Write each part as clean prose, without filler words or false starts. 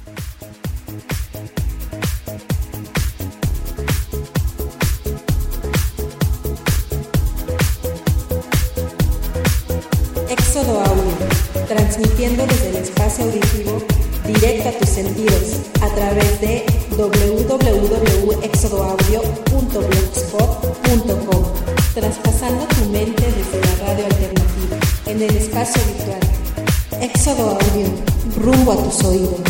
Éxodo Audio, transmitiendo desde el espacio auditivo directo a tus sentidos a través de www.exodoaudio.blogspot.com, traspasando tu mente desde la radio alternativa en el espacio virtual. Éxodo Audio, rumbo a tus oídos.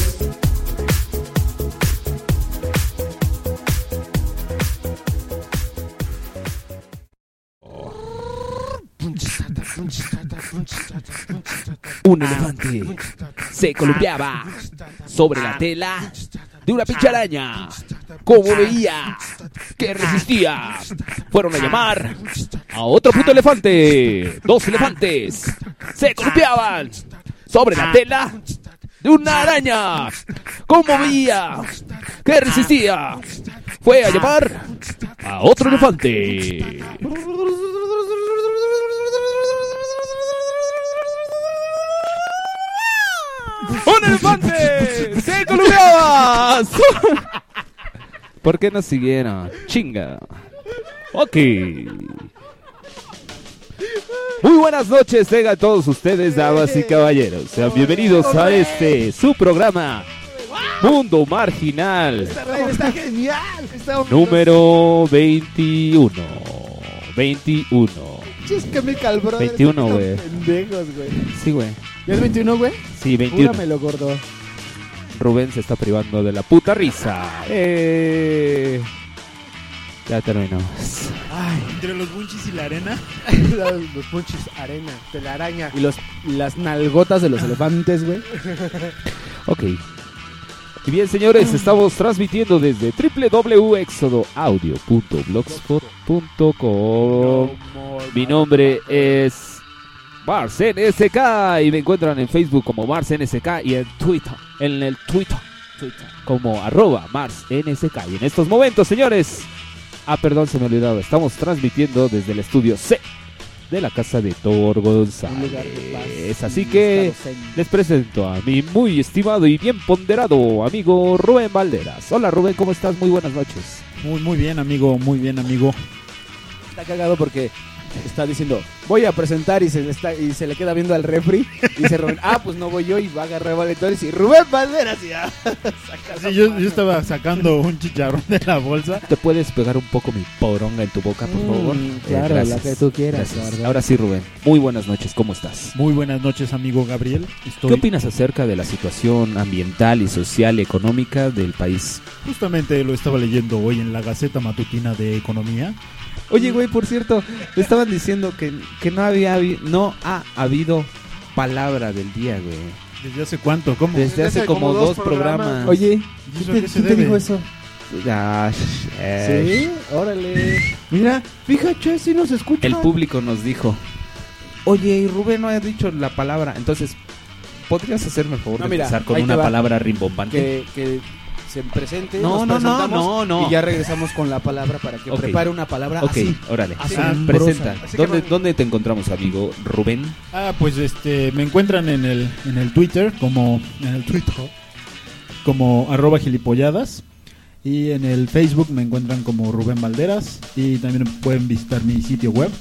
Un elefante se columpiaba sobre la tela de una pinche araña. Como veía que resistía, fueron a llamar a otro puto elefante. Dos elefantes se columpiaban sobre la tela de una araña. Como veía que resistía, fue a llamar a otro elefante. ¡Un elefante! ¡Se columpiaba! ¿Por qué no siguieron? Chinga. Ok. Muy buenas noches, tengan todos ustedes, damas y caballeros. Sean bienvenidos a su programa Mundo Marginal. Está genial. Número 21. 21. Chimical Brothers. 21, güey. Pendejos, güey. Sí, güey. ¿Ya es 21, güey? Sí, 21. Júramelo, gordo. Rubén se está privando de la puta risa. Ya terminamos. Ay, Entre los bunchis y la arena. los punchis, arena, telaraña. Y las nalgotas de los elefantes, güey. Ok. Y bien, señores, estamos transmitiendo desde www.exodoaudio.blogspot.com. Mi nombre es Mars NSK y me encuentran en Facebook como Mars NSK y en el Twitter como @MarsNSK. Y en estos momentos, señores, perdón, se me olvidaba, estamos transmitiendo desde el estudio C de la casa de Thor González. Así que les presento a mi muy estimado y bien ponderado amigo Rubén Valderas. Hola Rubén, ¿cómo estás? Muy buenas noches. Muy bien, amigo, muy bien, amigo. Está cagado porque está diciendo, voy a presentar y se le queda viendo al refri. Y dice Rubén, pues no voy yo, y va a agarrar valetores y Rubén Valderas y ya. Sí, yo estaba sacando un chicharrón de la bolsa. ¿Te puedes pegar un poco mi poronga en tu boca, por favor? Claro, gracias. la que tú quieras. Ahora sí, Rubén, muy buenas noches, ¿cómo estás? Muy buenas noches, amigo Gabriel. ¿Qué opinas acerca de la situación ambiental y social y económica del país? Justamente lo estaba leyendo hoy en la Gaceta Matutina de Economía. Oye, güey, por cierto, me estaban diciendo que no ha habido palabra del día, güey. ¿Desde hace cuánto? ¿Cómo? Desde hace como 2 programas. Oye, ¿Y eso a qué se ¿quién te debe? dijo eso? Sí, órale. Mira, fíjate, si nos escucha. El público nos dijo, oye, y Rubén no ha dicho la palabra. Entonces, ¿podrías hacerme el favor de empezar con una palabra rimbombante? Que se presente, No. y ya regresamos con la palabra para que prepare una palabra así. Órale, así, presenta. así ¿Dónde te encontramos, amigo Rubén? Pues me encuentran en el Twitter como @gilipolladas, y en el Facebook me encuentran como Rubén Valderas, y también pueden visitar mi sitio web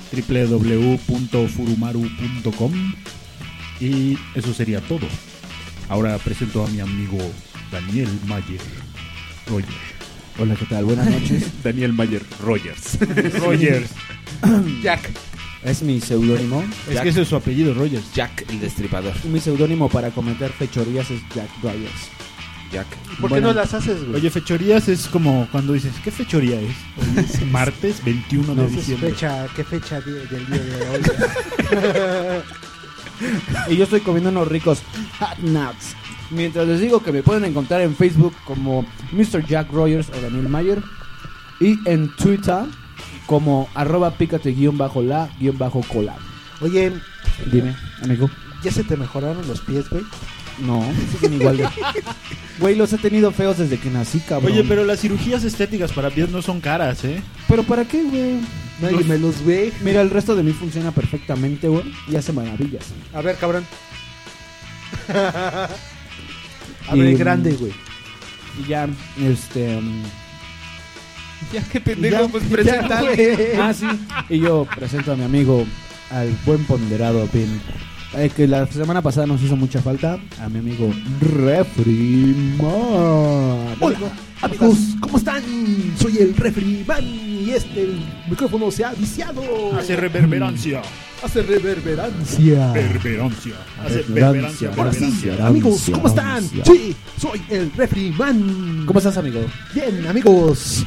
www.furumaru.com, y eso sería todo. Ahora presento a mi amigo Daniel Mayer Rogers. Hola, ¿qué tal? Buenas noches. Daniel Mayer Rogers. Jack. Es mi seudónimo. Es que ese es su apellido, Rogers. Jack el Destripador. Mi seudónimo para cometer fechorías es Jack Rogers. Jack. ¿Por qué no las haces, güey? Oye, fechorías es como cuando dices, ¿qué fechoría es? Hoy es martes 21 de diciembre. ¿Qué fecha del día de hoy? Y yo estoy comiendo unos ricos hot nuts. Mientras les digo que me pueden encontrar en Facebook como Mr. Jack Rogers o Daniel Mayer, y en Twitter como @pícate_la_cola. Oye, dime, amigo. ¿Ya se te mejoraron los pies, güey? No, siguen igual de... Güey, los he tenido feos desde que nací, cabrón. Oye, pero las cirugías estéticas para pies no son caras, ¿eh? ¿Pero para qué, güey? Nadie me los ve. Mira, el resto de mí funciona perfectamente, güey, y hace maravillas. A ver, cabrón. Abre Y, grande, güey. Y ya, Ya, qué y pendejo, ya, pues y presenta. ya, güey. Ah, sí. Y yo presento a mi amigo, al buen ponderado Pin. Que la semana pasada nos hizo mucha falta. A mi amigo Refri Man. Hola, amigos, ¿cómo están? Soy el Refri Man y el micrófono se ha viciado. Hace reverberancia. Hace reverberancia. Reverberancia. Hace Reverberancia, reverberancia. Ahora sí, reverberancia. amigos, ¿cómo están? Sí, soy el Refri Man. ¿Cómo estás, amigo? Bien, amigos.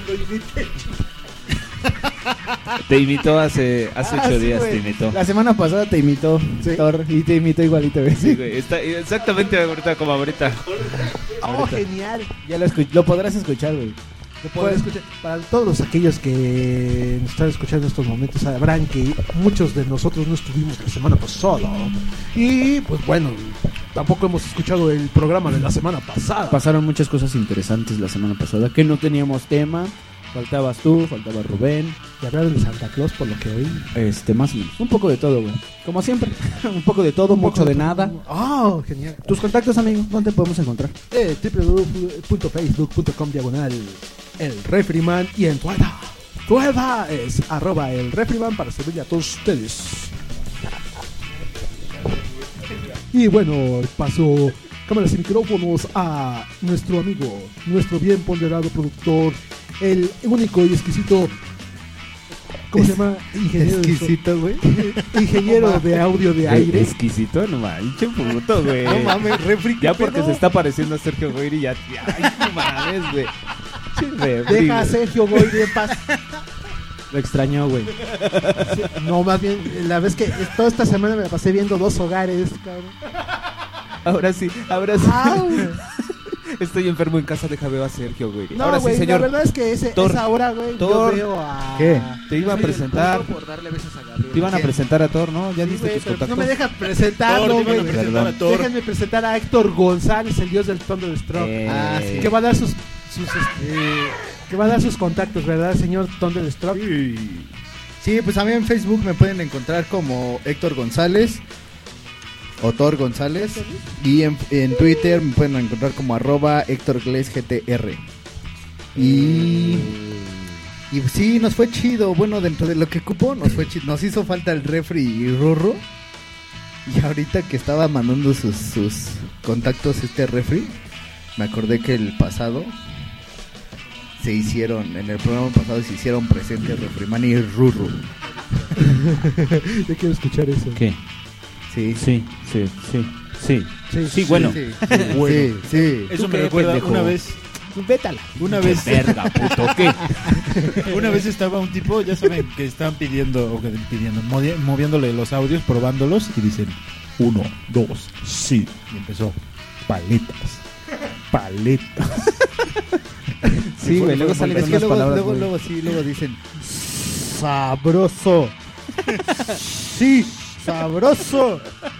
Te imitó hace 8 días, güey. te imitó. La semana pasada te imitó Thor y te imitó igualito, güey. Sí, güey, está exactamente ahorita como ahorita. Oh, genial. Ya lo podrás escuchar, güey. Pueden escuchar. Para todos aquellos que nos están escuchando en estos momentos, sabrán que muchos de nosotros no estuvimos la semana pasada. Y pues bueno, tampoco hemos escuchado el programa de la semana pasada. Pasaron muchas cosas interesantes la semana pasada, que no teníamos tema. Faltabas tú, faltaba Rubén. Y hablaron de Santa Claus, por lo que oí. Más o menos. Un poco de todo, güey. Como siempre. Un poco de todo, mucho de nada. Oh, genial. Tus contactos, amigo, ¿dónde te podemos encontrar? www.facebook.com/el Refriman y en Twitter. Twitter es @el Refriman para servirle a todos ustedes. Y bueno, paso cámaras y micrófonos a nuestro amigo, nuestro bien ponderado productor, el único y exquisito, ¿cómo se llama? Ingeniero Exquisito, güey. ingeniero de audio de aire. Exquisito, no manches, puto, güey. No mames, Refri. Ya ¿qué porque pedo? se está pareciendo a Sergio Goyri, ya. Ay, no mames, güey. Che, Refri, Deja a güey. Sergio Goyri en paz. Lo extrañó, güey. No, más bien, la vez que toda esta semana me la pasé viendo 2 hogares, cabrón. Ahora sí. Au. Estoy enfermo en casa, deja veo a Sergio, güey. No, Ahora sí, güey, señor. la verdad es que Thor, esa hora, güey, yo Thor. veo a... ¿Qué? Te iba a presentar. Por darle besos a Gabriel. Te iban a presentar a Thor, ¿no? Ya Sí, diste güey, tus pero contactos. no me dejan presentarlo, Thor, te iban a güey. presentar a Thor. Déjenme presentar a Héctor González, el dios del Thunderstruck. Sí. Que va a dar que va a dar sus contactos, ¿verdad, señor Thunderstruck? Sí, pues a mí en Facebook me pueden encontrar como Héctor González o Thor González, y en Twitter me pueden encontrar como @HéctorGlesGTR. Y sí, nos fue chido. Bueno, dentro de lo que ocupó nos fue chido. Nos hizo falta el Refri y Rurro. Y ahorita que estaba mandando sus contactos Refri, me acordé que el pasado en el programa pasado se hicieron presentes Refriman y Rurro. Yo quiero escuchar eso. ¿Qué? Sí. Sí. Sí, bueno. Sí, Bueno. sí. Eso ¿Tú me qué, recuerda pendejo? una vez. Vétala. Una vez. Verga, puto, ¿qué? Una vez estaba un tipo, ya saben, que estaban moviéndole los audios, probándolos, y dicen 1, 2, sí. Y empezó, paletas. Sí, güey, luego salen Es con que unas palabras. güey. luego dicen Sabroso. Sí, sabroso.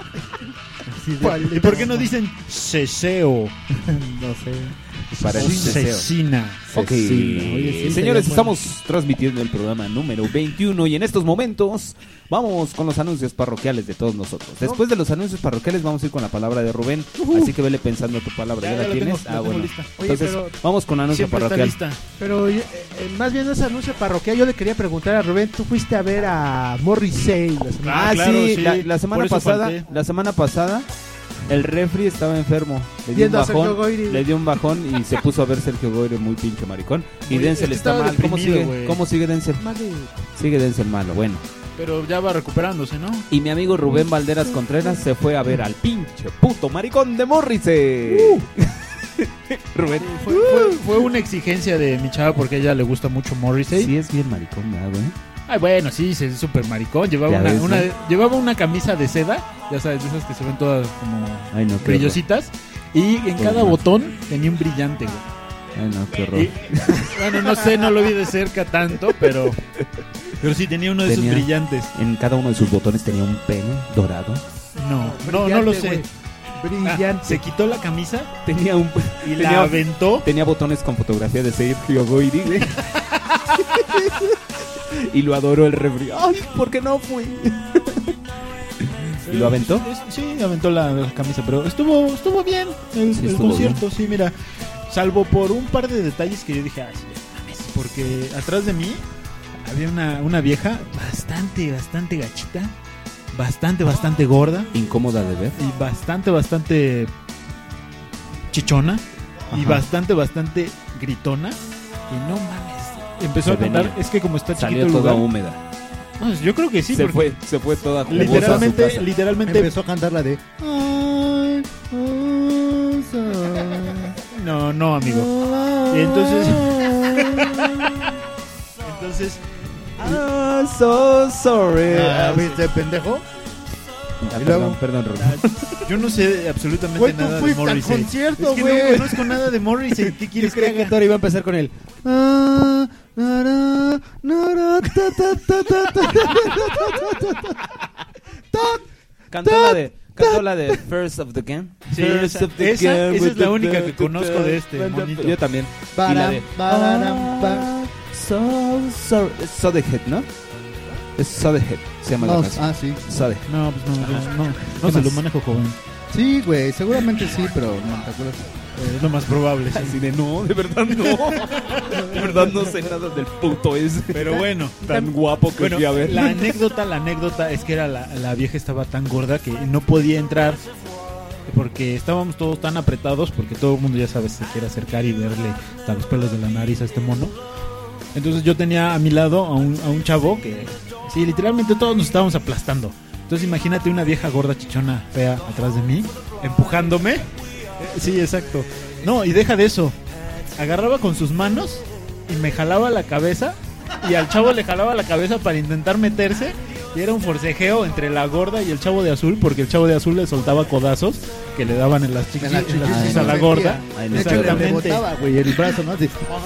¿Y por qué no dicen ceseo? no sé. Para el deseo. Cecina. Ok, Oye, sí, señores, sería bueno. estamos transmitiendo el programa número 21 y en estos momentos vamos con los anuncios parroquiales de todos nosotros. Después de los anuncios parroquiales vamos a ir con la palabra de Rubén, así que vele pensando tu palabra. ¿Ya la tienes? tengo lista. Oye, Entonces, pero- vamos con anuncio Siempre está parroquial. lista. Pero más bien ese anuncio parroquial, yo le quería preguntar a Rubén, tú fuiste a ver a Morrissey la semana Ah, claro, sí, sí. la semana Por eso pasada, falté. el Refri estaba enfermo. Le dio Viendo un a Sergio bajón, Goyri. le dio un bajón y se puso a ver Sergio Goyri muy pinche maricón. Y Oye, Denzel es que está estaba mal. ¿Cómo deprimido, sigue? güey. ¿Cómo sigue Denzel? Sigue Denzel malo, bueno. Pero ya va recuperándose, ¿no? Y mi amigo Rubén Valderas Contreras se fue a ver al pinche puto maricón de Morrissey. Rubén. Fue una exigencia de mi chava porque a ella le gusta mucho Morrissey. Sí, es bien maricón, ¿verdad, güey? Ay, bueno, sí, es súper maricón. Llevaba Ya ves, ¿no? llevaba una camisa de seda, ya sabes, de esas que se ven todas como Ay, no, qué horror. brillositas. Y en cada horror. botón tenía un brillante, güey. Ay, no, qué horror. Y, bueno, no sé, no lo vi de cerca tanto, pero sí tenía uno de esos Tenía- brillantes. En cada uno de sus botones tenía un pene dorado. No lo sé. brillante. Se quitó la camisa Tenía un y tenía- la aventó. Tenía botones con fotografía de Sergio Goyri, güey. Y lo adoró el Refri. Ay, ¿por qué no fui? ¿Y lo aventó? Sí, aventó la camisa, pero estuvo bien el estuvo concierto, sí, mira. Salvo por un par de detalles que yo dije, sí, mames, porque atrás de mí había una vieja bastante gachita, bastante gorda Incómoda de ver. y bastante chichona y bastante gritona. Y no mames, empezó Se a cantar, venía. es que como está chiquito Salió el toda lugar, húmeda. no, yo creo que sí, porque Se fue toda jugosa a su casa. literalmente Empezó a cantar la de... no, amigo. Y entonces So sorry. ¿Viste, pendejo? y luego- Perdón, Ron. yo no sé absolutamente Güey, tú nada de fuiste al Morrissey. concierto, Es que güey. no conozco nada de Morrissey. ¿Qué quieres que Creí que haga? Thor iba a empezar con él. Cantó la de First of the Game. Sí, First esa of the es Game la with the- única que conozco de este monito. Yo también. Y la Baram, de bararam, ba- es Sodehead, ¿no? Es Sodehead, se llama la No, canción. sí. Sodehead. No, pues no ¿Qué se lo más? manejo, joven. Sí, güey, seguramente sí, pero no te acuerdas. Es lo más probable, sí. Así de no, de verdad no. De verdad no sé nada del puto ese. Pero bueno, Tan guapo que bueno, fui a ver. la anécdota es que era la vieja estaba tan gorda que no podía entrar porque estábamos todos tan apretados porque todo el mundo ya sabes se quiere acercar y verle hasta los pelos de la nariz a este mono. Entonces yo tenía a mi lado a un chavo que sí, literalmente todos nos estábamos aplastando. Entonces imagínate una vieja gorda chichona fea atrás de mí empujándome. Sí, exacto. No, y deja de eso. Agarraba con sus manos y me jalaba la cabeza y al chavo le jalaba la cabeza para intentar meterse y era un forcejeo entre la gorda y el chavo de azul porque el chavo de azul le soltaba codazos que le daban en las chichis, chichis, a la gorda. Ay, De hecho, le Exactamente. botaba, güey, el brazo, ¿no? Así.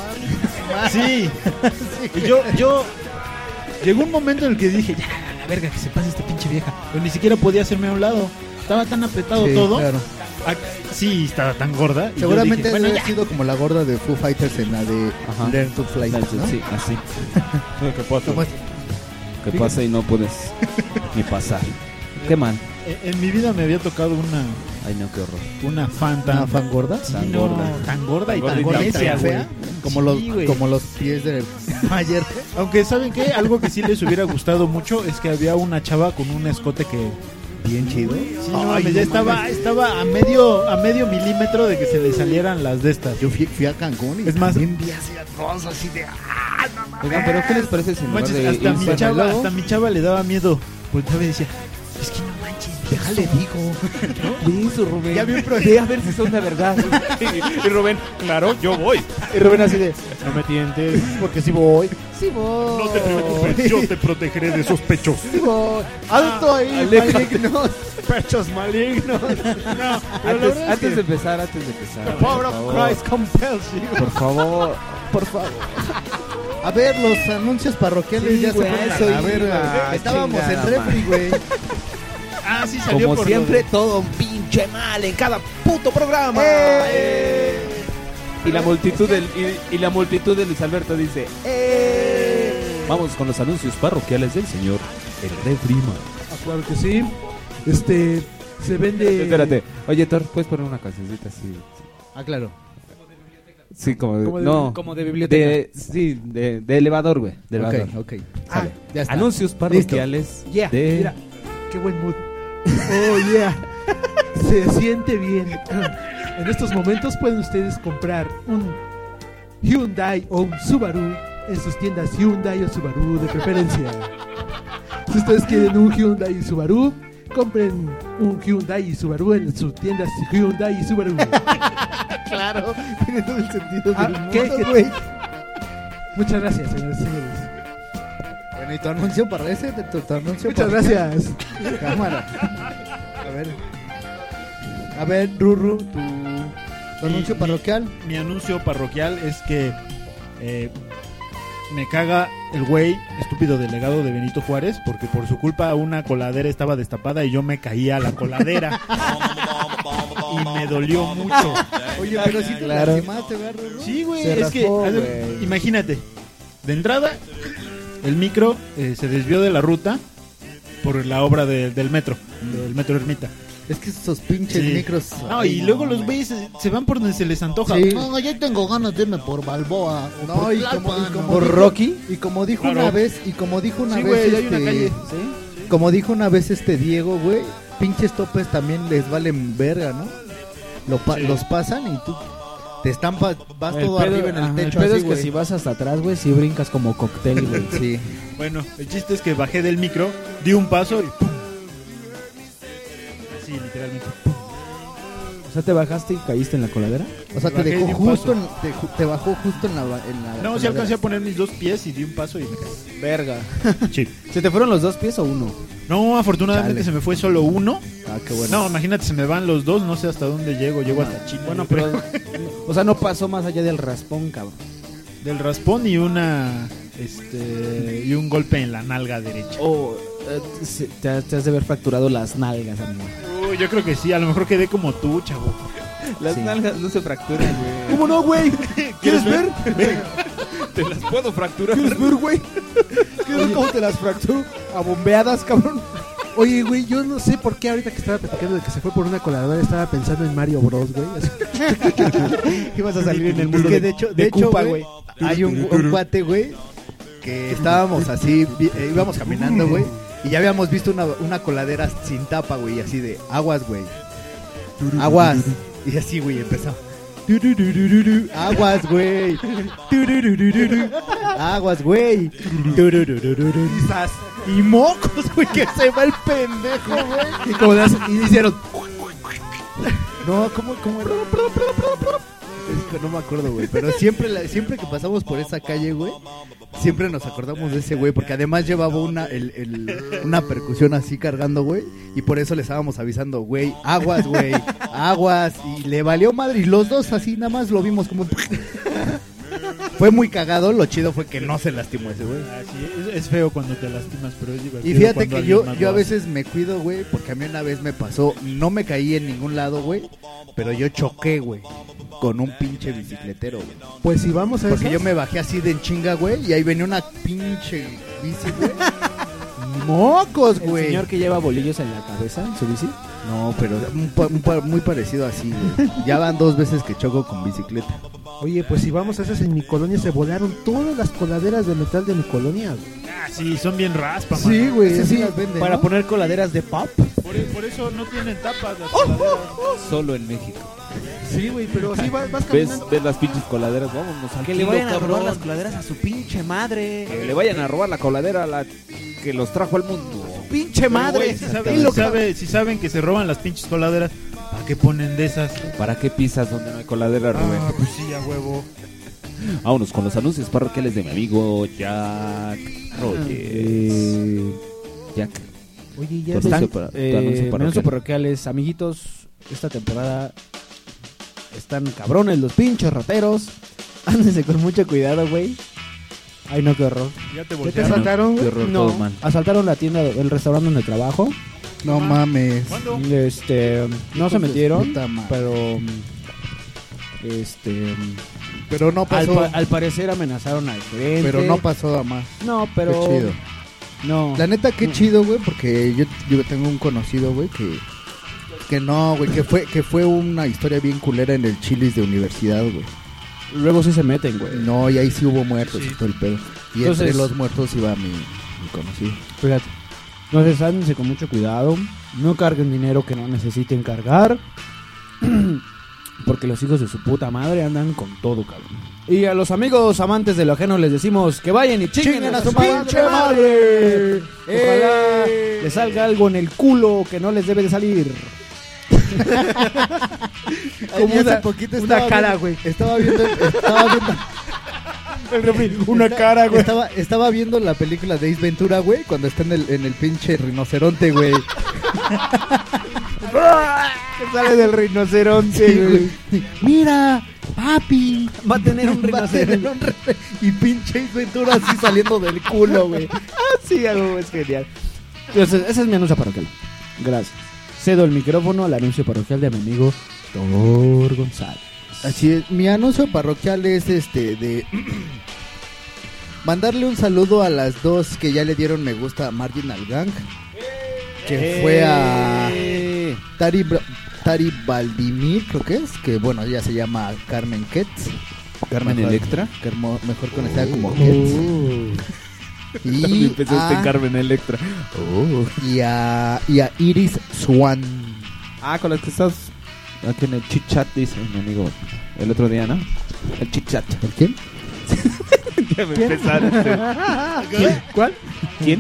Sí. Y yo llegó un momento en el que dije, ya, la verga, que se pase esta pinche vieja. Pero ni siquiera podía hacerme a un lado. Estaba tan apretado Sí, todo. claro. Sí, estaba tan gorda. Y yo Seguramente dije, bueno, debe ya. haber sido como la gorda de Foo Fighters en la de Ajá. Learn to Fly, ¿no? Sí, así. Como es- Que pasa y no puedes ni pasar. ¿Qué man? En mi vida me había tocado Ay, no, qué horror. una fan tan ¿Una fan gorda? Sí, Tan no, gorda. tan gorda y Tan tan gorda y necia, tan güey. fea. Como, Sí, los, güey. como los pies del Mayer. Aunque, ¿saben qué? Algo que sí les hubiera gustado mucho es que había una chava con un escote que... Bien chido. Sí, no mames, ya estaba a medio milímetro de que se le salieran las de estas. Yo fui a Cancún y Es más- también vi así a todos así de... Oigan, pero ¿qué les parece si en lugar Manches, de hasta irse mi al chava, lago, hasta mi chava le daba miedo. Porque me decía, es que no manches, Déjale, digo. Eso, Rubén. Ya bien Ve a ver si son de verdad. Y Rubén, claro, yo voy. Y Rubén así de... no me tientes. Porque si voy. Sí voy. No te preocupes, yo te protegeré de esos pechos. Sí voy. Alto ahí, Aléjate. malignos. Pechos malignos. Antes de empezar. The power of Christ compels you. Por favor. A ver, los anuncios parroquiales Sí, ya güey, se fueron a eso la iba, verga. Estábamos en chingada refri, güey. Ah, sí, salió Como por siempre, lo de- todo un pinche mal en cada puto programa. Y la multitud de Luis Alberto dice, Vamos con los anuncios parroquiales del señor el refriman. Ah, claro que sí. Se vende. Espérate. Oye, Thor, ¿puedes poner una cancioncita así? Ah, claro. Sí, como de, Como de- no, como de biblioteca. sí, de elevador, güey. De elevador. Ok. Sale. Ya está. Anuncios parroquiales Yeah, de... mira. Qué buen mood. Oh, yeah. Se siente bien. En estos momentos pueden ustedes comprar un Hyundai o un Subaru en sus tiendas Hyundai o Subaru de preferencia. Si ustedes quieren un Hyundai y Subaru, compren un Hyundai y Subaru en sus tiendas Hyundai y Subaru. Claro, tiene todo el sentido Ah, del ¿qué? mundo, güey. Muchas gracias, señores y señores. Bueno, ¿y tu anuncio para ese? ¿Tu anuncio Muchas parroquial? gracias. Cámara. A ver, Ruru, tu anuncio parroquial. Mi anuncio parroquial es que me caga el güey estúpido delegado de Benito Juárez porque por su culpa una coladera estaba destapada y yo me caí a la coladera y me dolió mucho. Oye, pero si te Claro. lastimaste, ¿verdad, Ruru? Sí, güey, Se es que raspó, haz de- güey. imagínate, de entrada el micro se desvió de la ruta por la obra del metro Ermita. Es que esos pinches Sí. micros. No, ay, y luego no, los man. güeyes se van por donde se les antoja. Sí. No, ya tengo ganas de irme por Balboa. o No, por y Tlalpan, como ¿Por dijo- Rocky? Y como dijo Claro. una vez, Sí, güey, hay una calle. como dijo una vez Diego, güey, pinches topes también les valen verga, ¿no? Sí. Los pasan y tú te estampas, vas El todo pedo- arriba en el ajá, techo el pedo así, es que güey. si vas hasta atrás, güey, si brincas como cóctel, güey. Sí. Bueno, el chiste es que bajé del micro, di un paso y ¡pum! Así, literalmente. O sea, te bajaste y caíste en la coladera. O sea, te Bajé dejó de un justo paso. te bajó justo en la No, sí alcancé a poner mis 2 pies y di un paso y me caí. Verga. Sí. ¿Se te fueron los 2 pies o uno? No, afortunadamente Chale. se me fue solo uno. Ah, qué bueno. No, imagínate, se me van los 2, no sé hasta dónde llego hasta China. Bueno, yo creo. pero... o sea, no pasó más allá del raspón, cabrón. Del raspón y y un golpe en la nalga derecha. O te has de haber fracturado las nalgas, amigo. Uy, yo creo que sí, a lo mejor quedé como tú, chavo. Las Sí. nalgas no se fracturan, güey. ¿Cómo no, güey? ¿Quieres ver? Te las puedo fracturar. ¿Quieres ver, güey? ¿Quieres ver cómo te las fracturo? A bombeadas, cabrón. Oye, güey, yo no sé por qué ahorita que estaba platicando de que se fue por una coladera estaba pensando en Mario Bros, güey. Así- Ibas a salir en el Es mundo que de hecho, Koopa, güey, hay un cuate, güey, que estábamos así, íbamos caminando, güey, y ya habíamos visto una coladera sin tapa, güey, así de aguas, güey. Aguas. Y así, güey, empezó. Turururururu, aguas, güey. Turururururu, aguas, güey. Turururururu. Y mocos, güey, que se va el pendejo, güey. Y como le hacen- y hicieron. No, ¿cómo era? Es que no me acuerdo, güey. Pero siempre que pasamos por esa calle, güey, siempre nos acordamos de ese güey. Porque además llevaba una percusión así cargando, güey. Y por eso le estábamos avisando, güey, aguas, güey, aguas. Y le valió madre. Y los dos así nada más lo vimos como... Fue muy cagado. Lo chido fue que no se lastimó ese güey. Ah, sí, es feo cuando te lastimas, pero es divertido. Y fíjate cuando que alguien yo más a lo hace. veces me cuido, güey, porque a mí una vez me pasó, no me caí en ningún lado, güey, pero yo choqué, güey, con un pinche bicicletero, güey. Pues si vamos a Porque eso. yo me bajé así de en chinga, güey, y ahí venía una pinche bici, güey. ¡Mocos, ¿El güey! señor que lleva bolillos en la cabeza en su bici? No, pero muy parecido así, güey. Ya van 2 veces que choco con bicicleta. Oye, pues si vamos a esas en mi colonia se volaron todas las coladeras de metal de mi colonia, güey. Ah, sí, son bien raspas, Sí, mano. güey, Esas sí sí. las venden, Para ¿no? poner coladeras de pop. Por eso no tienen tapas las coladeras. Solo en México. Sí, güey, pero sí vas ¿Ves, caminando. ves las pinches coladeras? Vámonos al Que le kilo, vayan a cabrón. robar las coladeras a su pinche madre. Que le vayan a robar la coladera a la que los trajo al mundo. Pinche Pero, madre. güey, si saben que se roban las pinches coladeras, ¿para qué ponen de esas? ¿Para qué pisas donde no hay coladera, Rubén? Ah, pues sí, a huevo. Vámonos con los anuncios parroquiales de mi amigo Jack Rogers. Jack. Oye, ya Pues ves- están- tu anuncio parroquial. parroquiales, amiguitos. Esta temporada están cabrones los pinches rateros. Ándense con mucho cuidado, güey. Ay, no, qué horror. Ya te ¿Qué te voltearon. asaltaron, Qué güey? horror, No, todo mal. asaltaron la tienda, el restaurante donde trabajo. No mames. ¿Cuándo? No Hijos se de metieron, puta madre. pero Pero no pasó. al parecer amenazaron al gerente. Pero no pasó a más. No, pero Qué chido. no. La neta, qué chido, güey, porque yo tengo un conocido, güey, que no, güey, que fue una historia bien culera en el Chili's de universidad, güey. Luego sí se meten, güey. No, y ahí sí hubo muertos Sí. y todo el pedo. Y Entonces- entre los muertos iba mi conocido. Fíjate. Entonces ándense con mucho cuidado. No carguen dinero que no necesiten cargar. Porque los hijos de su puta madre andan con todo, cabrón. Y a los amigos amantes de lo ajeno les decimos que vayan y chinguen a su pinche madre. Ojalá les salga algo en el culo que no les debe de salir. Como hace una, poquito una estaba cara, viendo- güey. Estaba viendo Una cara, güey. Estaba viendo la película de Ace Ventura, güey, cuando está en el pinche rinoceronte, güey. Que sale del rinoceronte, Sí, güey. güey. Mira, papi. Va a tener un Va a tener rinoceronte. y pinche Ace Ventura así saliendo del culo, güey. Sí, algo es genial. Entonces, ese es mi anuncio parroquial. Gracias. Cedo el micrófono al anuncio parroquial de mi amigo Thor González. Así es, mi anuncio parroquial es de mandarle un saludo a las dos que ya le dieron me gusta a Marginal Gang. que fue a Tari Valdimir, creo que es, que bueno, ella se llama Carmen Ketz. Carmen Mejor- Electra. Mejor conocida como Ketz. Y Empezaste en Carmen Electra. y a Iris Swan. Ah, con las que estás aquí en el chit chat, dice mi amigo el otro día, ¿no? El chit chat. ¿El quién? Ya me empezaron. ¿Cuál? ¿Quién?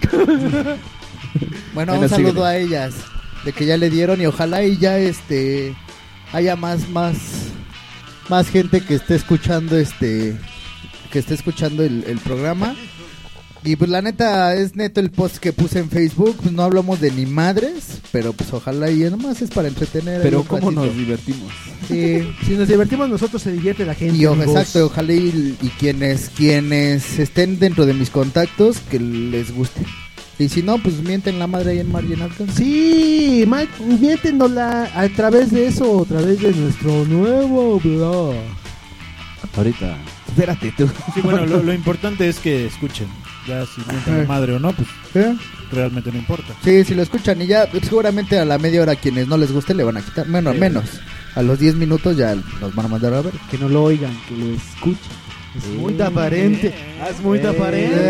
Bueno, Bueno, un saludo síguele. a ellas de que ya le dieron y ojalá y ya haya más gente que esté escuchando el programa. Y pues la neta es neto el post que puse en Facebook, pues no hablamos de ni madres, pero pues ojalá y nomás es para entretener. Pero ahí un cómo ratito. nos divertimos. Sí. Si nos divertimos nosotros, se divierte la gente. Y amigos. exacto, ojalá y quienes estén dentro de mis contactos que les guste. Y si no, pues mienten la madre ahí en Margin Alcance. Sí, miéntenosla a través de eso, a través de nuestro nuevo blog. Ahorita. Espérate tú. Sí, bueno, lo importante es que escuchen. Ya si mienten la madre o no, pues realmente no importa. Sí, si lo escuchan y ya seguramente a la media hora quienes no les guste le van a quitar. Bueno, Sí. menos. A los 10 minutos ya nos van a mandar a ver. Que no lo oigan, que lo escuchen. Es muy aparente. Es muy aparente.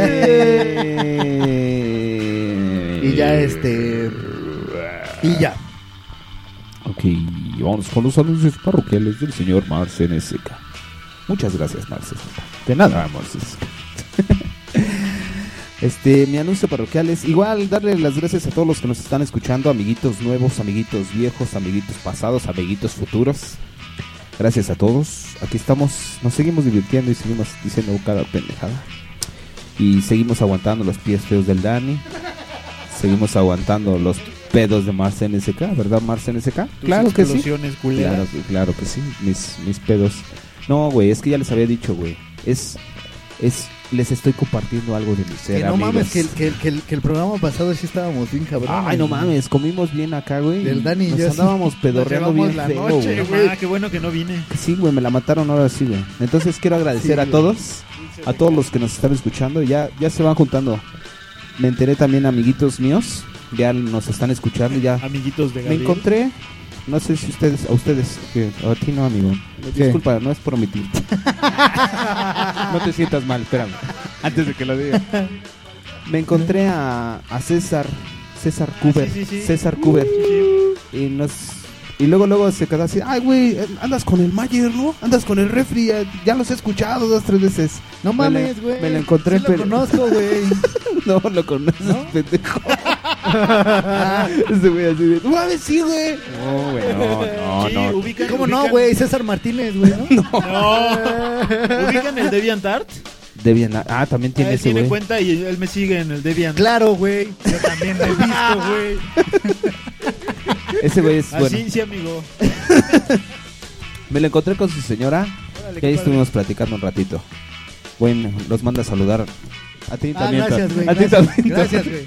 Y ya y ya. Ok, vamos con los anuncios parroquiales del señor Marce NSK. Muchas gracias, Marce. De nada, Marce. Mi anuncio parroquial es igual darle las gracias a todos los que nos están escuchando, amiguitos nuevos, amiguitos viejos, amiguitos pasados, amiguitos futuros. Gracias a todos. Aquí estamos, nos seguimos divirtiendo y seguimos diciendo cada pendejada. Y seguimos aguantando los pies feos del Dani. Seguimos aguantando los pedos de Marce NSK, ¿verdad, Marce NSK? Claro que sí. Explosiones culeras. Claro que sí, mis pedos. No, güey, es que ya les había dicho, güey. Les estoy compartiendo algo de mi ser, Que no amigos. mames, que el programa pasado sí estábamos bien cabrón. Ay, no mames, comimos bien acá, güey. Del Dani y Nos yo sí. andábamos pedorreando Nos bien llevamos la feo, noche, güey. Qué bueno que no vine. Sí, güey, me la mataron ahora sí, güey. Entonces quiero agradecer Sí, a güey. todos los que nos están escuchando. Ya se van juntando. Me enteré también, amiguitos míos, ya nos están escuchando y ya. Amiguitos de Me Gabriel. encontré, no sé si a ustedes, que a ti no, amigo. ¿Qué? Disculpa, no es por omitir. No te sientas mal, espérame. Antes de que lo diga. Me encontré a César Cuber. sí. César Cuber. Sí. Y luego se quedó así, ay, güey, andas con el Mayer, ¿no? Andas con el refri, ya los he escuchado 2-3 veces. No Me la- mames, güey. me la encontré, Sí pero- lo conozco, güey. No, lo conoces, ¿No? pendejo. Ese güey así de, no mames, sí, güey. No, güey, Sí, no. ¿Cómo no, güey? César Martínez, güey, ¿no? No. ¿Ubican el DeviantArt? También tiene Él ese, tiene güey. cuenta y él me sigue en el Deviant. Claro, güey. Yo también lo he visto, güey. Ese güey es, bueno. Así, sí, amigo. Me lo encontré con su señora. Órale, Y ahí qué estuvimos platicando un ratito. Bueno, los manda a saludar. A ti también. Gracias, güey. A ti también. Gracias, güey.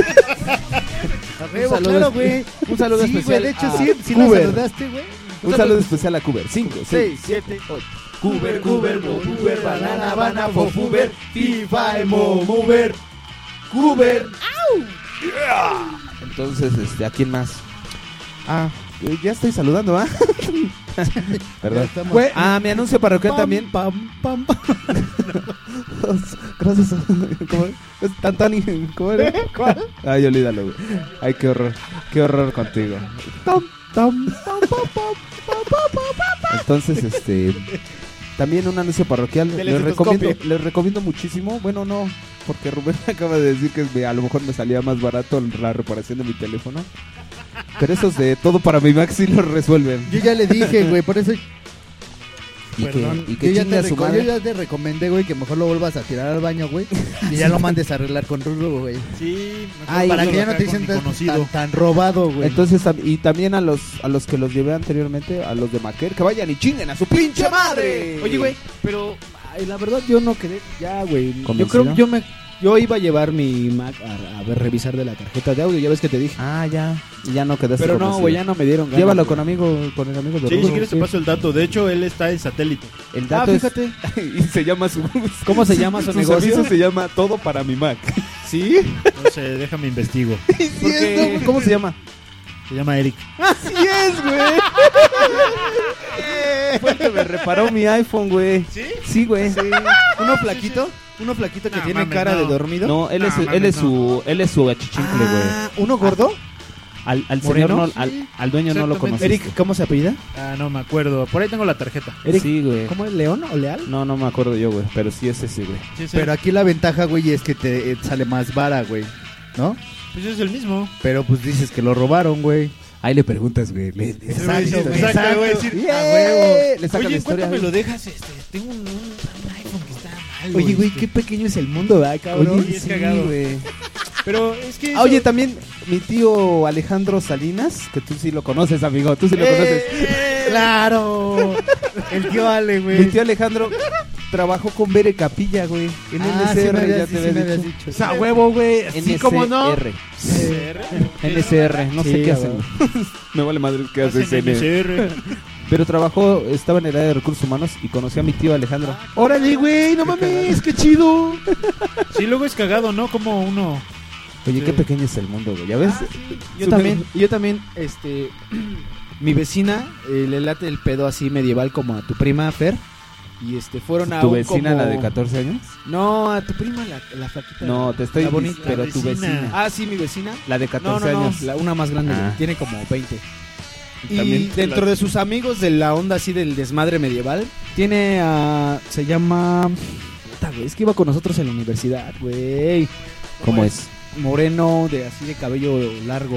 Un saludo, Claro, güey. Un saludo Sí, especial. güey, de hecho, a sí nos Cuber. saludaste, güey. Un saludo especial a Cuber. 5, 6, 7, 8. Cuber, Mover, banana, fofuber, FIFA, mover, Cuber. Entonces, ¿a quién más? Ya estoy saludando, ¿ah? Perdón. Güey, Mi anuncio parroquial también. Pam, pam, pam. Gracias. ¿Cómo es? Tantani. ¿Cómo era? ¿Cuál? Ay, olvídalo, güey. Ay, qué horror contigo. Entonces, también un anuncio parroquial. Les recomiendo muchísimo. Bueno, no, porque Rubén acaba de decir que a lo mejor me salía más barato la reparación de mi teléfono. Pero esos de todo para mi Mac sí lo resuelven. Yo ya le dije, güey, por eso Y Perdón, que chingue a su yo madre. ya te recomendé, güey, que mejor lo vuelvas a tirar al baño, güey. Y ya lo mandes a arreglar con Ruru, güey. Sí, Ay, Para que ya no acá te con mi sientas conocido. tan robado, güey. Entonces, y también a los que los llevé anteriormente, a los de Maquer, que vayan y chinguen a su pinche madre. Oye, güey, pero la verdad yo no quedé ya, güey. Yo ¿Convencido? creo yo iba a llevar mi Mac a ver, revisar de la tarjeta de audio, ya ves que te dije. Ya no quedaste. Pero no, convencido. güey, ya no me dieron ganas. Llévalo güey. con el amigo de Sí, Rubén. si quieres te paso el dato. De hecho, él está en satélite. El dato es- fíjate. y se llama su ¿Cómo se llama su negocio? servicio se llama Todo para mi Mac. ¿Sí? No sé, déjame investigo. Porque, ¿cómo se llama? Se llama Eric. Así es, güey. Fue el que me reparó mi iPhone, güey. ¿Sí? Sí, güey. Uno flaquito. Uno flaquito que No, tiene mames, cara no. de dormido. No, él es su achichincle, güey. Ah, ¿uno gordo? Al señor ¿Moreno? no, al dueño no lo Exactamente. conocí. Eric, ¿cómo se apellida? Ah, no me acuerdo. Por ahí tengo la tarjeta. Eric, Sí, güey. ¿cómo es? ¿León o Leal? No, no me acuerdo yo, güey. Pero sí es ese, güey. Sí, sí. Pero aquí la ventaja, güey, es que te sale más vara, güey. ¿No? Pues es el mismo. Pero pues dices que lo robaron, güey. Ahí le preguntas, güey. Exacto, voy a decir, Yeah. a huevo. Le saca la Oye, historia. ¿cuánto me lo dejas? Tengo un iPhone que está mal. Oye, güey, qué pequeño es el mundo, ¿verdad, cabrón? Oye, es cagado. güey. Pero es que... Oye, también mi tío Alejandro Salinas, que tú sí lo conoces, amigo. Tú sí lo conoces. ¡Claro! El tío Ale, Mi güey. tío Alejandro trabajó con Bere Capilla, güey. En NSR, ya te había dicho. O sea, huevo, güey. Así como no. NSR, no sé Sí, qué a hacen. huevo. Me vale madre qué hace hacen MCR. Pero trabajó, estaba en el área de recursos humanos y conocí a mi tío Alejandro. Órale, güey, no mames, qué chido. Sí, luego es cagado, ¿no? Como uno... Oye, Sí. qué pequeño es el mundo, güey. ¿Ya ves? Yo también, mi vecina le late el pedo así medieval como a tu prima Fer. Y fueron a ¿Tu un vecina, como- la de 14 años? No, a tu prima, la flaquita. No, te estoy la bonita. diciendo, pero tu vecina. vecina. Ah, sí, mi vecina. La de 14 No, años. una más grande, Ah. güey, tiene como 20. Y También dentro de sus amigos de la onda así del desmadre medieval, tiene a... se llama... Puta, güey, es que iba con nosotros en la universidad, güey. ¿Cómo es? Moreno, de así de cabello largo.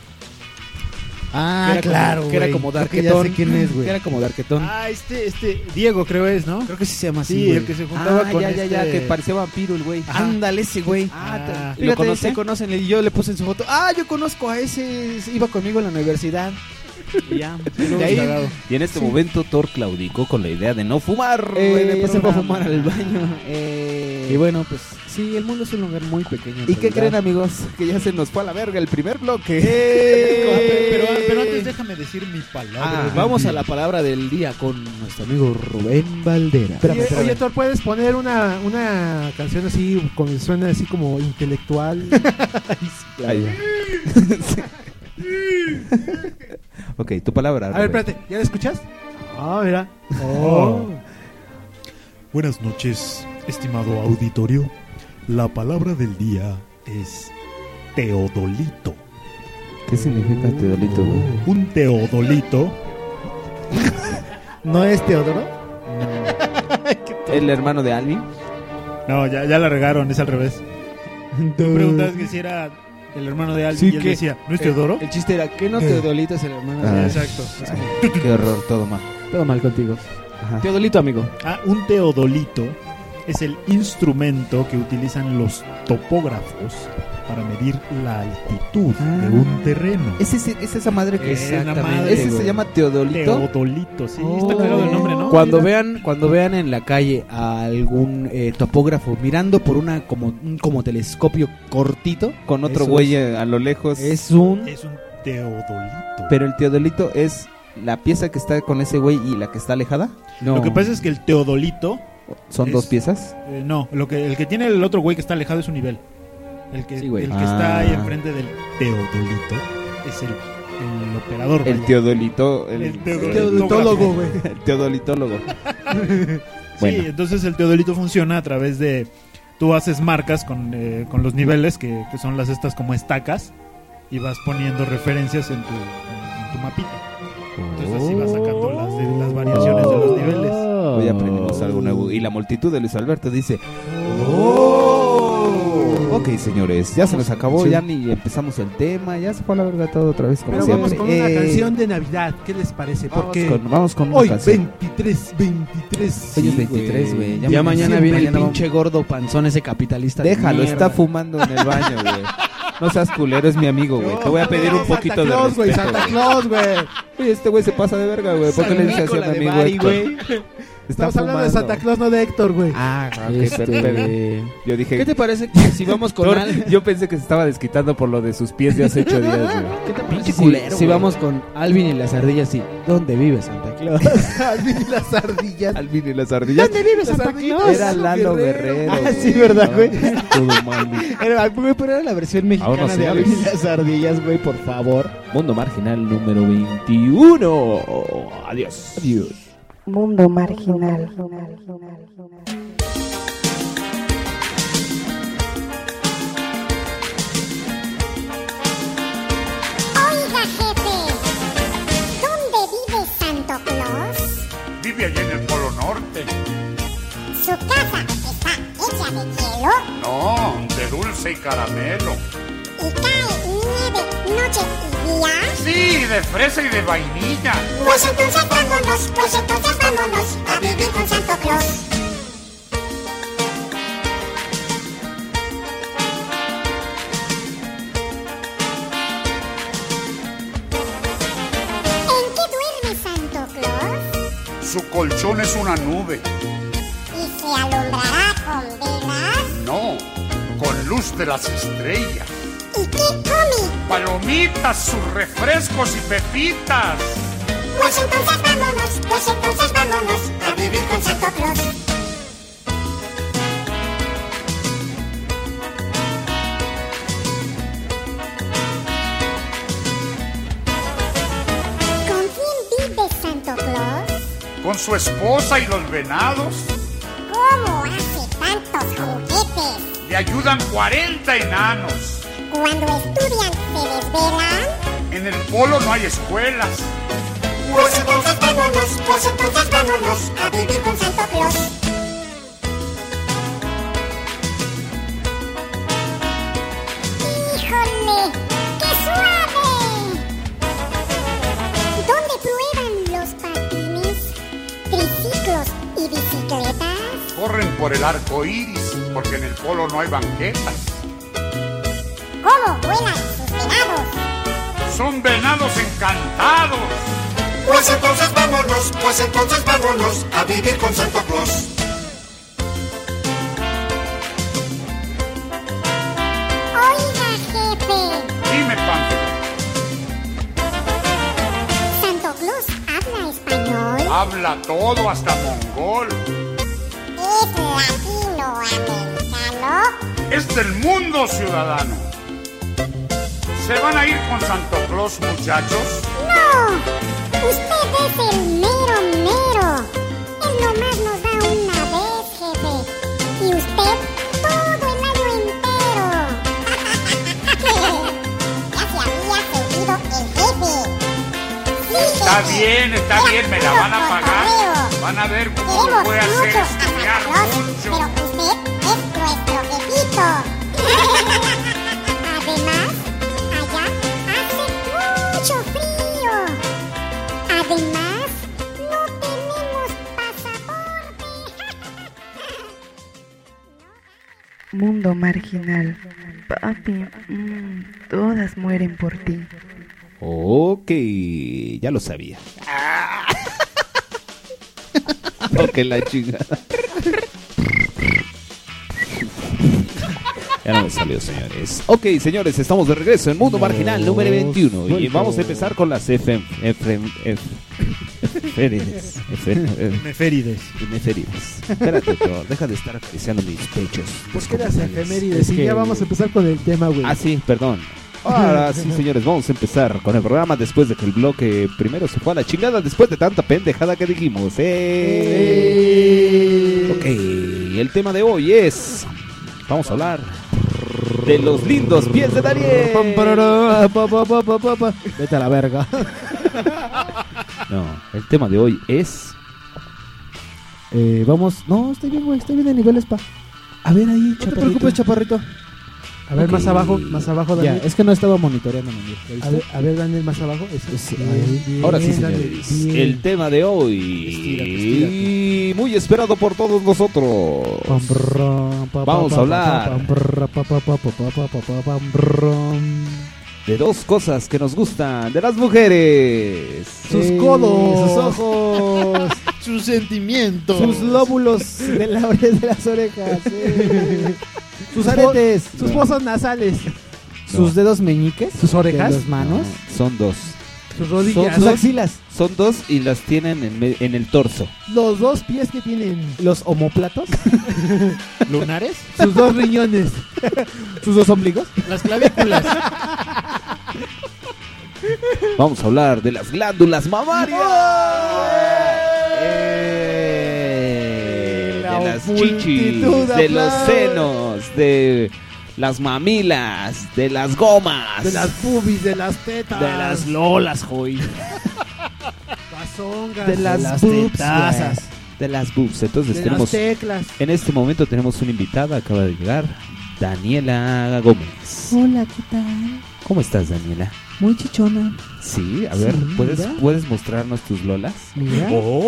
Ah, Que era claro, como, que era güey. como Creo que ya darquetón. sé quién es, güey. Que era como darquetón. Ah, Diego creo es, ¿no? Creo que sí se llama así, Sí, güey. el que se juntaba con ya, este- que parecía vampiro el güey. Ándale, ese güey. Ah, ¿Lo conoce? Se conocen, y yo le puse en su foto. Ah, yo conozco a ese, iba conmigo en la universidad. Y ya. De ahí, Y en este momento Thor claudicó con la idea de no fumar. en el se fue a programa. fumar al baño. Y bueno, pues sí, el mundo es un lugar muy pequeño. ¿Y qué creen, amigos? Que ya se nos fue a la verga el primer bloque. Pero antes déjame decir mi palabra. Vamos a la palabra del día con nuestro amigo Rubén Valdera. Oye, Thor, ¿puedes poner una canción así, con suena así como intelectual? Ahí ya. Ok, tu palabra. A ver, Rubén. espérate, ¿ya la escuchas? Ah, mira. Oh. Buenas noches, estimado auditorio. La palabra del día es teodolito. ¿Qué significa teodolito, güey? Un teodolito. ¿No es Teodoro? ¿El hermano de alguien? No, ya la regaron, es al revés. Tú preguntabas que si era el hermano de alguien Sí, y él que- decía, ¿no es Teodoro? El chiste era, ¿qué no Teodolito es el hermano? Ah. Exacto. Qué horror, todo mal. Todo mal contigo. Ajá. Teodolito, amigo. Ah, un teodolito es el instrumento que utilizan los topógrafos para medir la altitud de un terreno. ¿Es esa madre que Exactamente, ¿Ese se güey. llama teodolito? Teodolito, sí, está cagado el nombre, ¿no? Cuando vean en la calle a algún topógrafo mirando por como telescopio cortito, Con otro eso güey a lo lejos. es un Es un teodolito. Pero el teodolito es la pieza que está con ese güey y la que está alejada. no. Lo que pasa es que el teodolito, ¿Son Es- dos piezas? no, el que tiene el otro güey que está alejado es un nivel. El que, Sí, güey. el que está ahí Ah. enfrente del teodolito es el operador. El vaya. teodolito. El Teodolitólogo, güey. El teodolitólogo. Sí, Bueno. entonces el teodolito funciona a través de... Tú haces marcas con los niveles, que son estas como estacas, y vas poniendo referencias en tu mapita. Entonces así vas sacando las variaciones de los niveles. Hoy aprendimos algo nuevo. Y la multitud de Luis Alberto dice: Ok, señores, ya se nos acabó, Sí. ya ni empezamos el tema, ya se fue a la verga todo otra vez como Pero siempre. vamos con una canción de Navidad, ¿qué les parece? Porque Vamos con una hoy, canción. 23. Hoy es 23, güey. Ya mañana viene el mañana pinche gordo panzón ese capitalista. de Déjalo, mierda. está fumando en el baño, güey. No seas culero, es mi amigo, güey. Te voy a pedir un poquito de Claus, güey, respeto. Santa güey. Claus, güey. Oye, este güey se pasa de verga, güey. ¿Por qué le dices así a mi amigo Héctor? Estamos hablando de Santa Claus, no de Héctor, güey. Ah, ok, pero yo dije... ¿Qué te parece que si vamos con Yo pensé que se estaba desquitando por lo de sus pies de hace 8 días, güey. ¿Qué te parece si vamos con Alvin y las ardillas y ¿dónde vive Santa Claus? Alvin y las ardillas. Alvin y las ardillas. ¿Dónde vive Santa Claus? Era Lalo Guerrero. Ah, sí, ¿verdad, güey? Todo mal. Pero era la versión mexicana de Alvin y las ardillas, güey, por favor. Mundo Marginal número 21. Adiós. Adiós. Mundo Marginal. Oiga, jefe, ¿dónde vive Santo Claus? Vive allá en el Polo Norte. ¿Su casa está hecha de hielo? No, de dulce y caramelo. ¿Y cae nieve noche y día? Sí, de fresa y de vainilla. Pues entonces vámonos a vivir con Santo Claus. ¿En qué duerme Santo Claus? Su colchón es una nube. ¿Y se alumbrará con velas? No, con luz de las estrellas. ¿Y qué come? Palomitas, sus refrescos y pepitas. Pues entonces vámonos a vivir con Santo Claus. ¿Con quién vive Santo Claus? Con su esposa y los venados. ¿Cómo hace tantos juguetes? Le ayudan 40 enanos. Cuando estudian se desvelan. En el polo no hay escuelas. Pues entonces vámonos a vivir con Santo Claus. ¡Híjole! ¡Qué suave! ¿Dónde prueban los patines, triciclos y bicicletas? Corren por el arco iris, porque en el polo no hay banquetas. ¿Cómo vuelan sus venados? Son venados encantados. Pues entonces vámonos a vivir con Santo Claus. Oiga, jefe. Dime, Pánfilo. ¿Santo Claus habla español? Habla todo hasta mongol. ¿Es latinoamericano? Es del mundo, ciudadano. ¿Se van a ir con Santo Claus, muchachos? ¡No! Usted es el mero. Él nomás nos da una vez, jefe. Y usted todo el año entero. Ya se había seguido el jefe. Sí, Está jefe. bien, me la van a pagar. Van a ver cómo Queremos voy a hacer mucho a estudiar Santa Claus, mucho. pero usted es nuestro jefito. Además, allá hace mucho frío. Además, no tenemos pasaporte. Mundo Marginal. Papi, todas mueren por ti. Ok, ya lo sabía. Ok, la chingada. Ya no me salió, señores. Ok, señores, estamos de regreso en Mundo Marginal número 21. Y vamos a empezar con las efemérides. Espérate, Thor, deja de estar acariciando mis pechos. ¿Por qué las efemérides? Y ya vamos a empezar con el tema, güey. Ah, sí, perdón. Ahora sí, señores, vamos a empezar con el programa después de que el bloque primero se fue a la chingada después de tanta pendejada que dijimos. Ok, el tema de hoy es... Vamos a hablar de los lindos pies de Daniel. Vete a la verga. No, el tema de hoy es... Vamos... No, estoy bien, güey, estoy bien de nivel spa. A ver ahí, No te preocupes, chaparrito. A ver, Ok. más abajo, Daniel. Ya, es que no estaba monitoreando, Daniel. A ver, Daniel, más abajo. Eso. Bien, Ahora sí, bien, señores, Daniel, bien. el tema de hoy, Estírate. muy esperado por todos nosotros. Vamos a hablar de dos cosas que nos gustan de las mujeres. Sus codos, sus ojos. Sus sentimientos. Sus lóbulos de las orejas. Sus aretes. Sus fosas nasales. Sus dedos meñiques. Sus orejas. De las manos. Son dos. Sus rodillas. Sus axilas. Son dos y las tienen en el torso. Los dos pies que tienen. Los omóplatos. ¿Lunares? Sus dos riñones. Sus dos ombligos. Las clavículas. Vamos a hablar de las glándulas mamarias. De las chichis, de los senos, de las mamilas, de las gomas, De las pubis, de las tetas. De las lolas, joy. Bazongas. De las boobs, tetazas. de las boobs. Entonces De tenemos, las teclas. en este momento tenemos una invitada, acaba de llegar, Daniela Gómez. Hola, ¿qué tal? ¿Cómo estás, Daniela? Muy chichona. Sí, a ver, Sí, ¿puedes mira. mostrarnos tus lolas? Mira.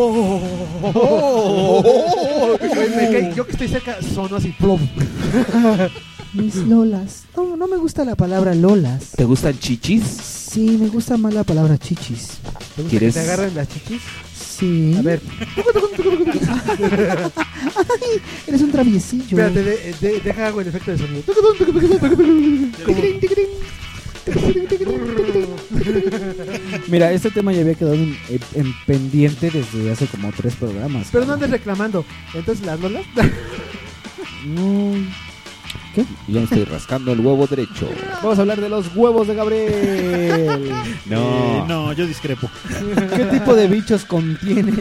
Yo que estoy cerca sonó así. Plum. Mis lolas. No me gusta la palabra lolas. ¿Te gustan chichis? Sí, me gusta más la palabra chichis. ¿Te gusta ¿Quieres? que te agarren las chichis? Sí. A ver, Ay, eres un traviesillo. espérate, deja hago el efecto de sonido. Mira, este tema ya había quedado en pendiente desde hace como 3 programas. Pero no andes reclamando. Entonces, las lolas. No. Yo me estoy rascando el huevo derecho. Vamos a hablar de los huevos de Gabriel. No, yo discrepo. ¿Qué tipo de bichos contienen?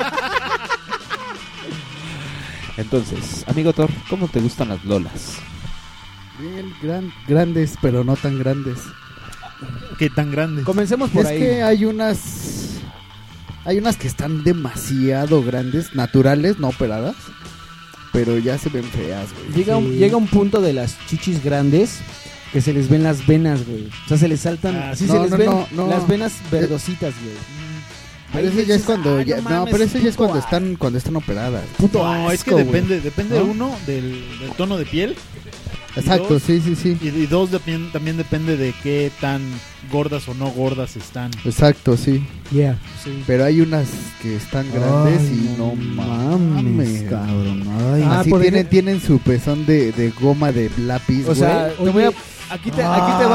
Entonces, amigo Thor, ¿cómo te gustan las lolas? Bien grandes, pero no tan grandes. ¿Qué tan grande? Comencemos por Es ahí. que hay unas que están demasiado grandes, naturales, no operadas, pero ya se ven feas, güey. Llega un punto de las chichis grandes que se les ven las venas, güey. O sea, se les saltan, así no, se les no, ven no. las venas verdositas, güey. Pero ese ya es cuando pero ese ya es cuando están operadas. Puto No, es que asco, güey. depende ¿No? uno del tono de piel. Exacto, dos, sí. Y dos también depende de qué tan gordas o no gordas están. Exacto, sí. Yeah. Pero hay unas que están grandes Ay, y no mames, cabrón. Ay. Así por tienen su pezón de goma de lápiz, O sea, güey. te voy a aquí te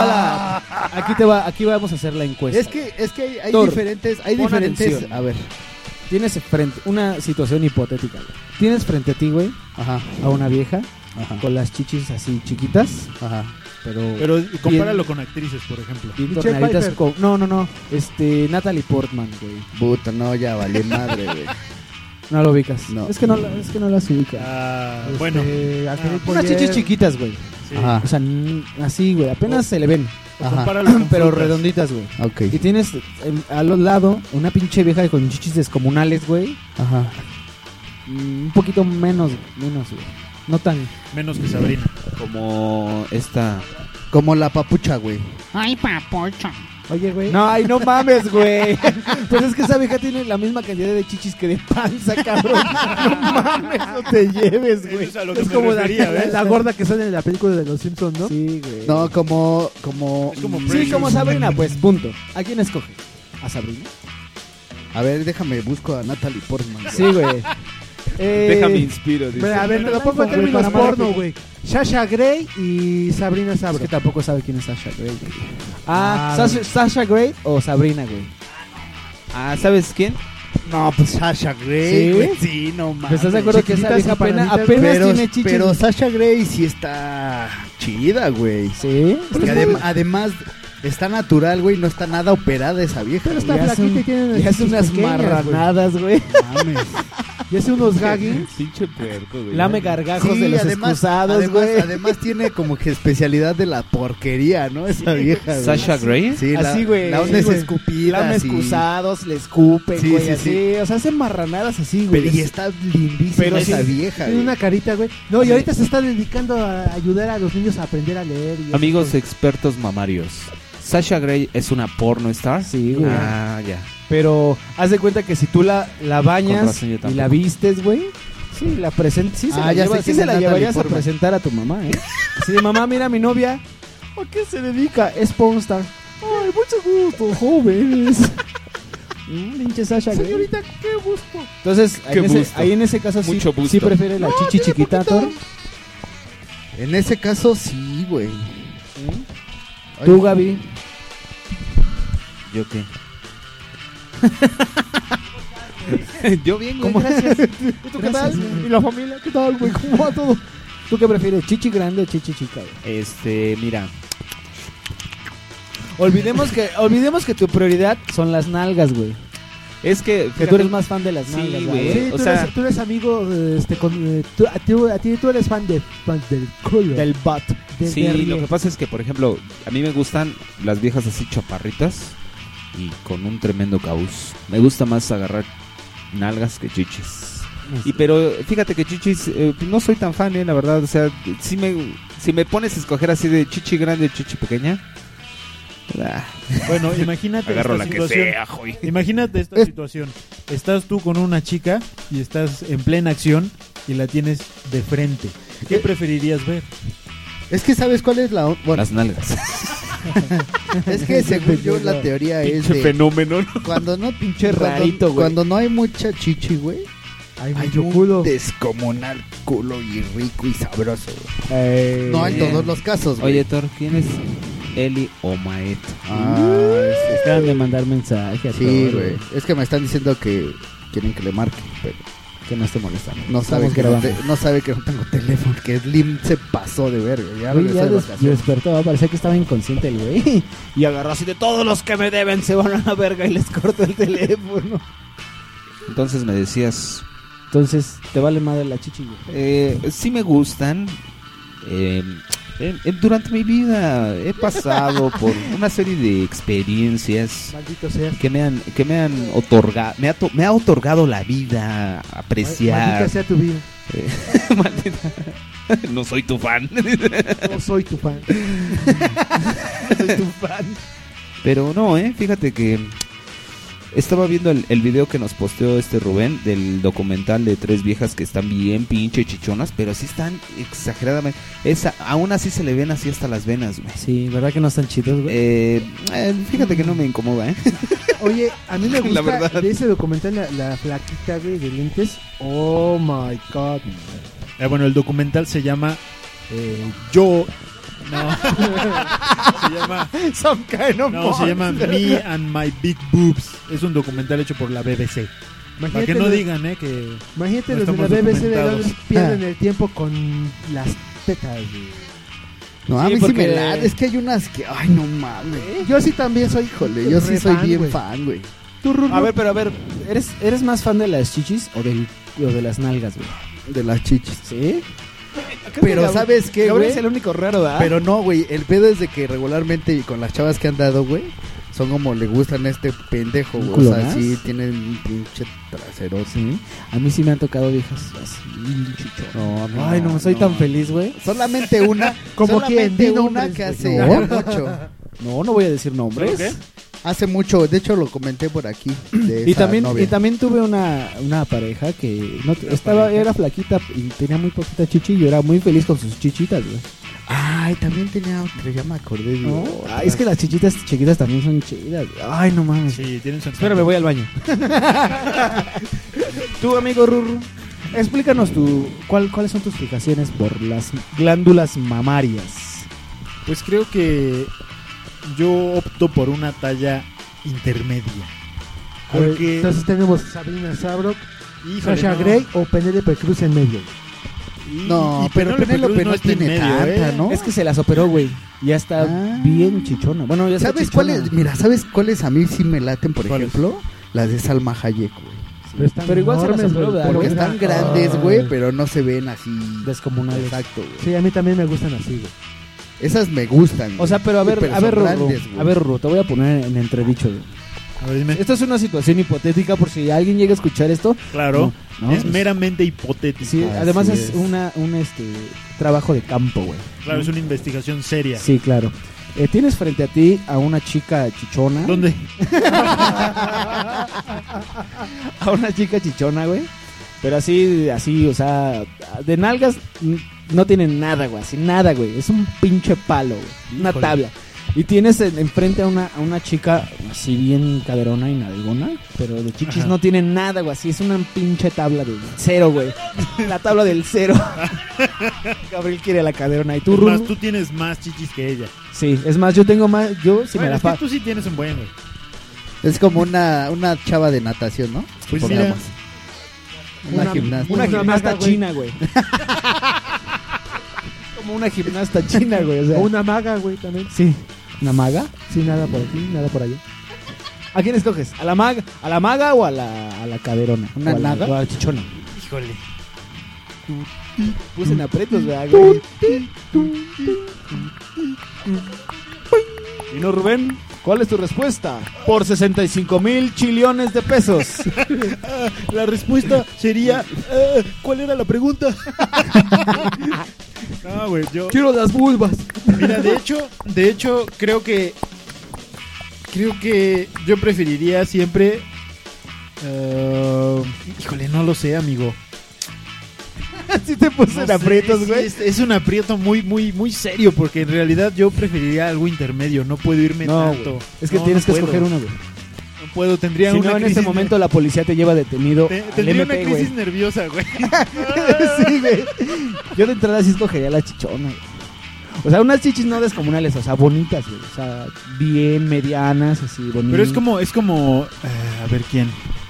va aquí vamos a hacer la encuesta. Es que hay Thor, diferentes, pon atención. a ver. Tienes frente una situación hipotética, güey. Tienes frente a ti, güey, Ajá. a una vieja Ajá. con las chichis así chiquitas, Ajá. Pero compáralo con actrices, por ejemplo. bien Michelle tornaditas Pfeiffer. no, Natalie Portman, güey. Puta, no, ya vale madre, güey. No lo ubicas. No. Es que no las ubicas. Bueno, Unas chichis chiquitas, güey. sí. Ajá. O sea, así, güey, apenas se le ven, O Ajá. compáralo con pero frutas. redonditas, güey. Ok. Y tienes a los lados una pinche vieja con chichis descomunales, güey. Ajá. Un poquito menos, güey. No tan. Menos que Sabrina. Como esta. Como la papucha, güey. Ay, papocho. Oye, güey. No, ay, no mames, güey. Pues es que esa vieja tiene la misma cantidad de chichis que de panza, cabrón. No mames, no te lleves, güey. Eso es a lo que Es me como refería, ¿ves? la gorda que sale en la película de los Simpsons, ¿no? Sí, güey. No, como Es como Sí, Precious. como Sabrina, pues, punto. ¿A quién escoge? ¿A Sabrina? A ver, déjame busco a Natalie Portman. güey. Sí, güey. Déjame inspiro, dice. Pero, a ver, te lo pongo en Güey, términos para más porno, rápido. güey. Sasha Grey y Sabrina Es Sabro. que tampoco sabe quién es Sasha Grey. güey. Ah, Sasha Grey o Sabrina, güey. ¿Sabes quién? No, pues Sasha Grey, ¿Sí? güey. Sí, no mames. ¿Estás de acuerdo que esa chiquititas vieja y paraditas, apenas pero, tiene chichis? pero Sasha Grey sí está chida, güey. Sí. Porque además está natural, güey, no está nada operada esa vieja. Pero está Y hace flaquita y tiene unas y hace chichis unas pequeñas, güey. marranadas, güey. Mames. Y hace unos gagging. Pinche puerco, güey. Lame gargajos de los además, excusados, güey. además tiene como que especialidad de la porquería, ¿no? Esa vieja, güey. ¿Sasha Grey? Sí, Así, güey. La onda Sí, es güey. escupida. Lame así. excusados, le escupen, Sí, güey, sí, así. O sea, hacen marranadas así, güey. Pero y está lindísima Pero esa sí, vieja, Tiene güey. una carita, güey. No, y ahorita se está dedicando a ayudar a los niños a aprender a leer. Y Amigos eso. expertos mamarios. ¿Sasha Grey es una porno star? Sí, güey. Ah, ya. Pero haz de cuenta que si tú la Con bañas razón, yo y tampoco. la vistes, güey. Sí, la presentas. Sí, Ah, ya sé sí quién se es la Natalie llevarías a Portman. presentar a tu mamá, ¿eh? Sí, mamá, mira mi novia. ¿A qué se dedica? Es pornstar. Ay, mucho gusto, jóvenes. Pinche Sasha Grey. Señorita, qué gusto. Entonces, Qué busto. ahí en ese caso sí, Mucho busto. sí prefiere la chichi chiquita, Thor. En ese caso, sí, güey. Ay, Tú, Gaby. ¿Yo qué? Yo bien, güey. ¿Cómo? Gracias. ¿Y tú qué tal? ¿Y la familia qué tal, güey? ¿Cómo va todo? ¿Tú qué prefieres, chichi grande o chichi chica, güey? Mira. Olvidemos que tu prioridad son las nalgas, güey. Es que Que tú eres más fan de las Sí, nalgas, güey. güey. Sí, o tú, sea- tú eres amigo tú eres fan del culo. Del butt. Sí, lo que pasa es que, por ejemplo, a mí me gustan las viejas así chaparritas y con un tremendo cauz. Me gusta más agarrar nalgas que chichis. Pero fíjate que chichis, no soy tan fan, la verdad. O sea, si me pones a escoger así de chichi grande o chichi pequeña, Bueno, imagínate agarro esta la que situación. sea, joy. Imagínate esta situación. Estás tú con una chica y estás en plena acción y la tienes de frente. ¿Qué preferirías ver? Es que, ¿sabes cuál es la...? Bueno, Las nalgas. es que según yo la teoría es Pinche de... fenómeno, ¿no? Cuando no... Pinche cuando- rarito, güey. Cuando no hay mucha chichi, güey, Hay hay mucho un culo. descomunal culo y rico y sabroso, güey. No en todos los casos, güey. Oye, Thor, ¿quién es Eli o Maet? Acaban de mandar mensaje a Sí, Thor, güey. Es que me están diciendo que quieren que le marque, pero que no esté molestando. no sabe, Estamos que grabando. no sabe que no tengo teléfono, que Slim se pasó de verga. Ya Güey, regresó ya de vacaciones. despertó, parecía que estaba inconsciente el güey. Y agarró así de todos los que me deben se van a la verga y les corto el teléfono. Entonces me decías, Entonces, te vale madre la chichi, güey. sí me gustan. Durante mi vida he pasado por una serie de experiencias Maldito sea. que me han otorgado, me ha otorgado la vida, apreciar. Maldita sea tu vida. Maldita. No soy tu fan. No soy tu fan. Soy tu fan. Pero no, fíjate que estaba viendo el video que nos posteó Rubén del documental de 3 viejas que están bien pinche chichonas, pero sí están exageradamente. Aún así se le ven así hasta las venas, güey. Sí, ¿verdad que no están chidos, güey? Fíjate que no me incomoda, Oye, a mí me La gusta verdad. de ese documental la flaquita, güey, de lentes. Oh my god. Bueno, el documental se llama Yo. No. Se llama. Some kind of No, se llama Me and My Big Boobs. Es un documental hecho por la BBC. Para que no digan, que. Imagínate no los de la estamos BBC de documentados. Londres pierden el tiempo con las tetas, güey. No, a Sí, mí porque- sí me late. Es que hay unas que... Ay, no mames. Yo sí también soy. Híjole, yo sí re soy fan, bien güey. fan, güey. Tú, Rurru. A ver, ¿eres más fan de las chichis o de las nalgas, güey? De las chichis. ¿Sí? Pero ¿sabes qué, Gabriel güey? es el único raro, ¿verdad? Pero no, güey, el pedo es de que regularmente con las chavas que han dado, güey, son como le gustan a este pendejo, ¿Un güey. O sea, culonazo? sí, tienen un pinche trasero. Sí. A mí sí me han tocado viejas así, chichonas. No, Ay, no, soy tan feliz, güey. Solamente una, Como solamente quien, di una nombres, que güey. hace No. mucho. No, no voy a decir nombres. ¿Qué? Hace mucho, de hecho lo comenté por aquí. De Y esa también, novia. y también tuve una pareja que no, era flaquita y tenía muy poquita chichi y yo era muy feliz con sus chichitas, güey. Ay, también tenía otra, ya me acordé de ¿No? otra. Ay, es que las chichitas chiquitas también son chidas. Ay, no mames. Sí, tienen su. Espera, me voy al baño. Tú, amigo Rurru, explícanos cuáles son tus fijaciones por las glándulas mamarias. Pues creo que yo opto por una talla intermedia. A ver, Porque. entonces tenemos Sabrina Sabrok, Híjole, Sasha no. Grey o Penélope Cruz en medio. No, pero Penélope no está en tiene tanta, ¿no? Es que se las operó, güey. Ya está Ah. bien chichona. Bueno, ya está ¿Sabes chichona. cuáles? Mira, ¿sabes cuáles a mí sí me laten, por ¿Cuáles? ejemplo? Las de Salma Hayek, güey. Pero igual se las enormes, operó, güey, ¿verdad? Porque Ay. están grandes, güey, pero no se ven así Descomunales. Exacto, güey. Sí, a mí también me gustan así, güey. Esas me gustan. O sea, pero a ver, son Rurru, grandes, güey. a ver, Rurru, te voy a poner en entredicho, güey. A ver, dime. Esto es una situación hipotética por si alguien llega a escuchar esto. Claro. No, Es pues, meramente hipotético. sí, Así además es es. un trabajo de campo, güey. Claro, es una investigación seria. Sí, claro. Tienes frente a ti a una chica chichona. ¿Dónde? A una chica chichona, güey. Pero así, o sea, de nalgas no tienen nada, güey. Así nada, güey. Es un pinche palo, güey. Una Híjole. tabla. Y tienes enfrente a una chica así bien caderona y nalgona, pero de chichis Ajá. no tiene nada, güey. Así es una pinche tabla del cero, güey. La tabla del cero. Gabriel quiere la caderona. ¿Y tú, Es más, Rulo? tú tienes más chichis que ella. Sí, es más, yo tengo más. Yo, si Bueno, me la es que fa... tú sí tienes un buen, güey. Es como una chava de natación, ¿no? Pues Supongamos. mira. Una gimnasta. Una gimnasta maga, güey. china, güey. Como una gimnasta china, güey. O sea, O una maga, güey, también. Sí. ¿Una maga? Sí, nada por aquí, nada por allá. ¿A quién escoges? ¿A la maga o a la caderona? ¿Una ¿O a la- naga? o a la chichona? Híjole. Puse en aprietos, ¿verdad, güey? Y no, Rubén, ¿cuál es tu respuesta? Por 65,000 chillones de pesos. La respuesta sería... ¿cuál era la pregunta? No, güey, yo... Quiero las vulvas. Mira, de hecho, creo que yo preferiría siempre... híjole, no lo sé, amigo. Así te puse en No sé, aprietos, sí, güey. es un aprieto muy, muy, muy serio, porque en realidad yo preferiría algo intermedio, no puedo irme No, tanto. güey. Es que No, tienes no que puedo. escoger uno, güey. No puedo, tendría Si una no, en crisis este momento la policía te lleva detenido al tendría una MP, crisis güey. nerviosa, güey. Sí, güey. Yo de entrada sí escogería la chichona, güey. O sea, unas chichis no descomunales, o sea, bonitas, güey. O sea, bien medianas, así, bonitas. Pero es como, a ver quién.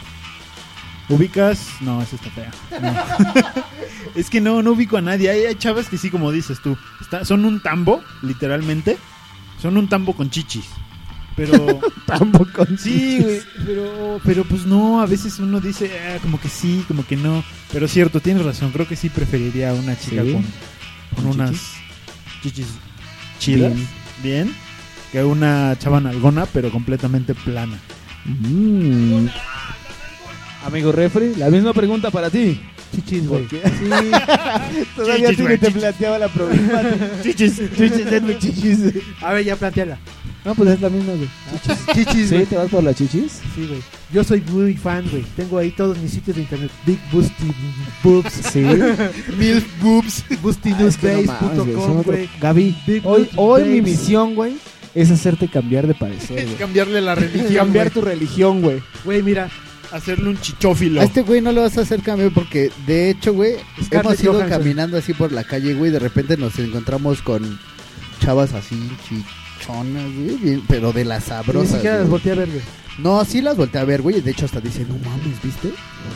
¿Ubicas? No, esa está fea. No. Es que no ubico a nadie. Hay chavas que sí, como dices tú, son un tambo, literalmente. Son un tambo con chichis. Pero Tambo con sí, güey, pero pues no, a veces uno dice como que sí, como que no. Pero cierto, tienes razón, creo que sí preferiría a una chica ¿Sí? con ¿Con unas chichis chidas, bien, que una chava nalgona, pero completamente plana. Mm. Amigo Refri, la misma pregunta para ti. Chichis, güey. Sí. Todavía Chichis, tú güey, que te chichis. planteaba la problemática. Chichis. Chichis, denme chichis. A ver, ya planteala. No, pues es la misma, güey. Chichis, ¿Sí? güey. ¿Te vas por las chichis? Sí, güey. Yo soy muy fan, güey. Tengo ahí todos mis sitios de internet. Big Boosty Boobs. Sí. Milf boobs. Es que no mames, güey, BoostyNewsBase.com, son otro- güey. Gaby, Big hoy Boobs mi Babes. misión, güey, es hacerte cambiar de parecer, güey. Cambiarle la religión, Cambiar güey. tu religión, güey. Güey, mira. Hacerle un chichófilo. A este güey no le vas a hacer cambio porque, de hecho, güey, Scarlett hemos ido Johansson. caminando así por la calle, güey, de repente nos encontramos con chavas así chichonas, güey, bien, pero de las Ni sabrosas. siquiera las güey. volteé a ver, güey. No, sí las volteé a ver, güey, y de hecho hasta dice, no mames, ¿viste?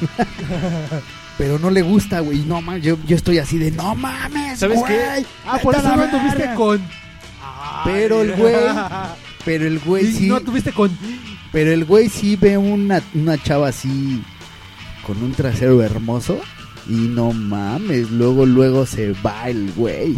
Pero no le gusta, güey, no mames, yo estoy así de, no mames, ¿Sabes güey, qué? Ah, por vete eso a la no tuviste verga". con. Pero el güey, pero el güey Y sí, no tuviste con. pero el güey sí ve una chava así con un trasero hermoso y no mames, luego se va el güey.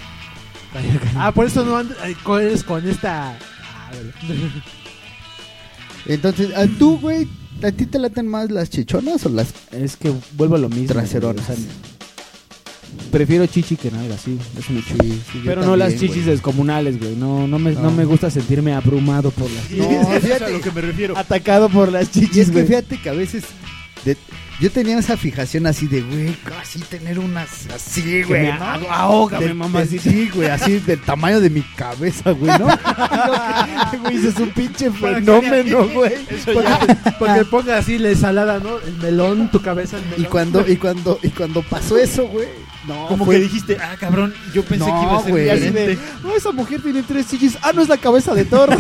Ah, por eso no eres con esta. Ah, güey. Entonces, ¿a tú, güey, a ti te laten más las chichonas o las Es que vuelvo a lo mismo. traseronas? güey, o sea, prefiero chichi que nalga, sí. Es un hecho. Sí, yo Pero no las también, chichis güey. descomunales, güey. No No. me gusta sentirme abrumado por las No, No, eso es a fíjate. lo que me refiero. atacado por las Y es chichis, que güey. fíjate que a veces yo tenía esa fijación así de, güey, así tener unas así, Que güey, me ¿no? ahógame, mamacita. Sí, güey, así del tamaño de mi cabeza, güey, ¿no? Güey, eso es un pinche Para que fenómeno, güey. Eso ya. Porque ponga así la ensalada, ¿no? El melón, tu cabeza, el melón. Y cuando pasó eso, güey, no, Como fue- que dijiste, cabrón, yo pensé No, que iba a ser güey. Y así diferente. de, oh, esa mujer tiene 3 chichis. Ah, no es la cabeza de Thor.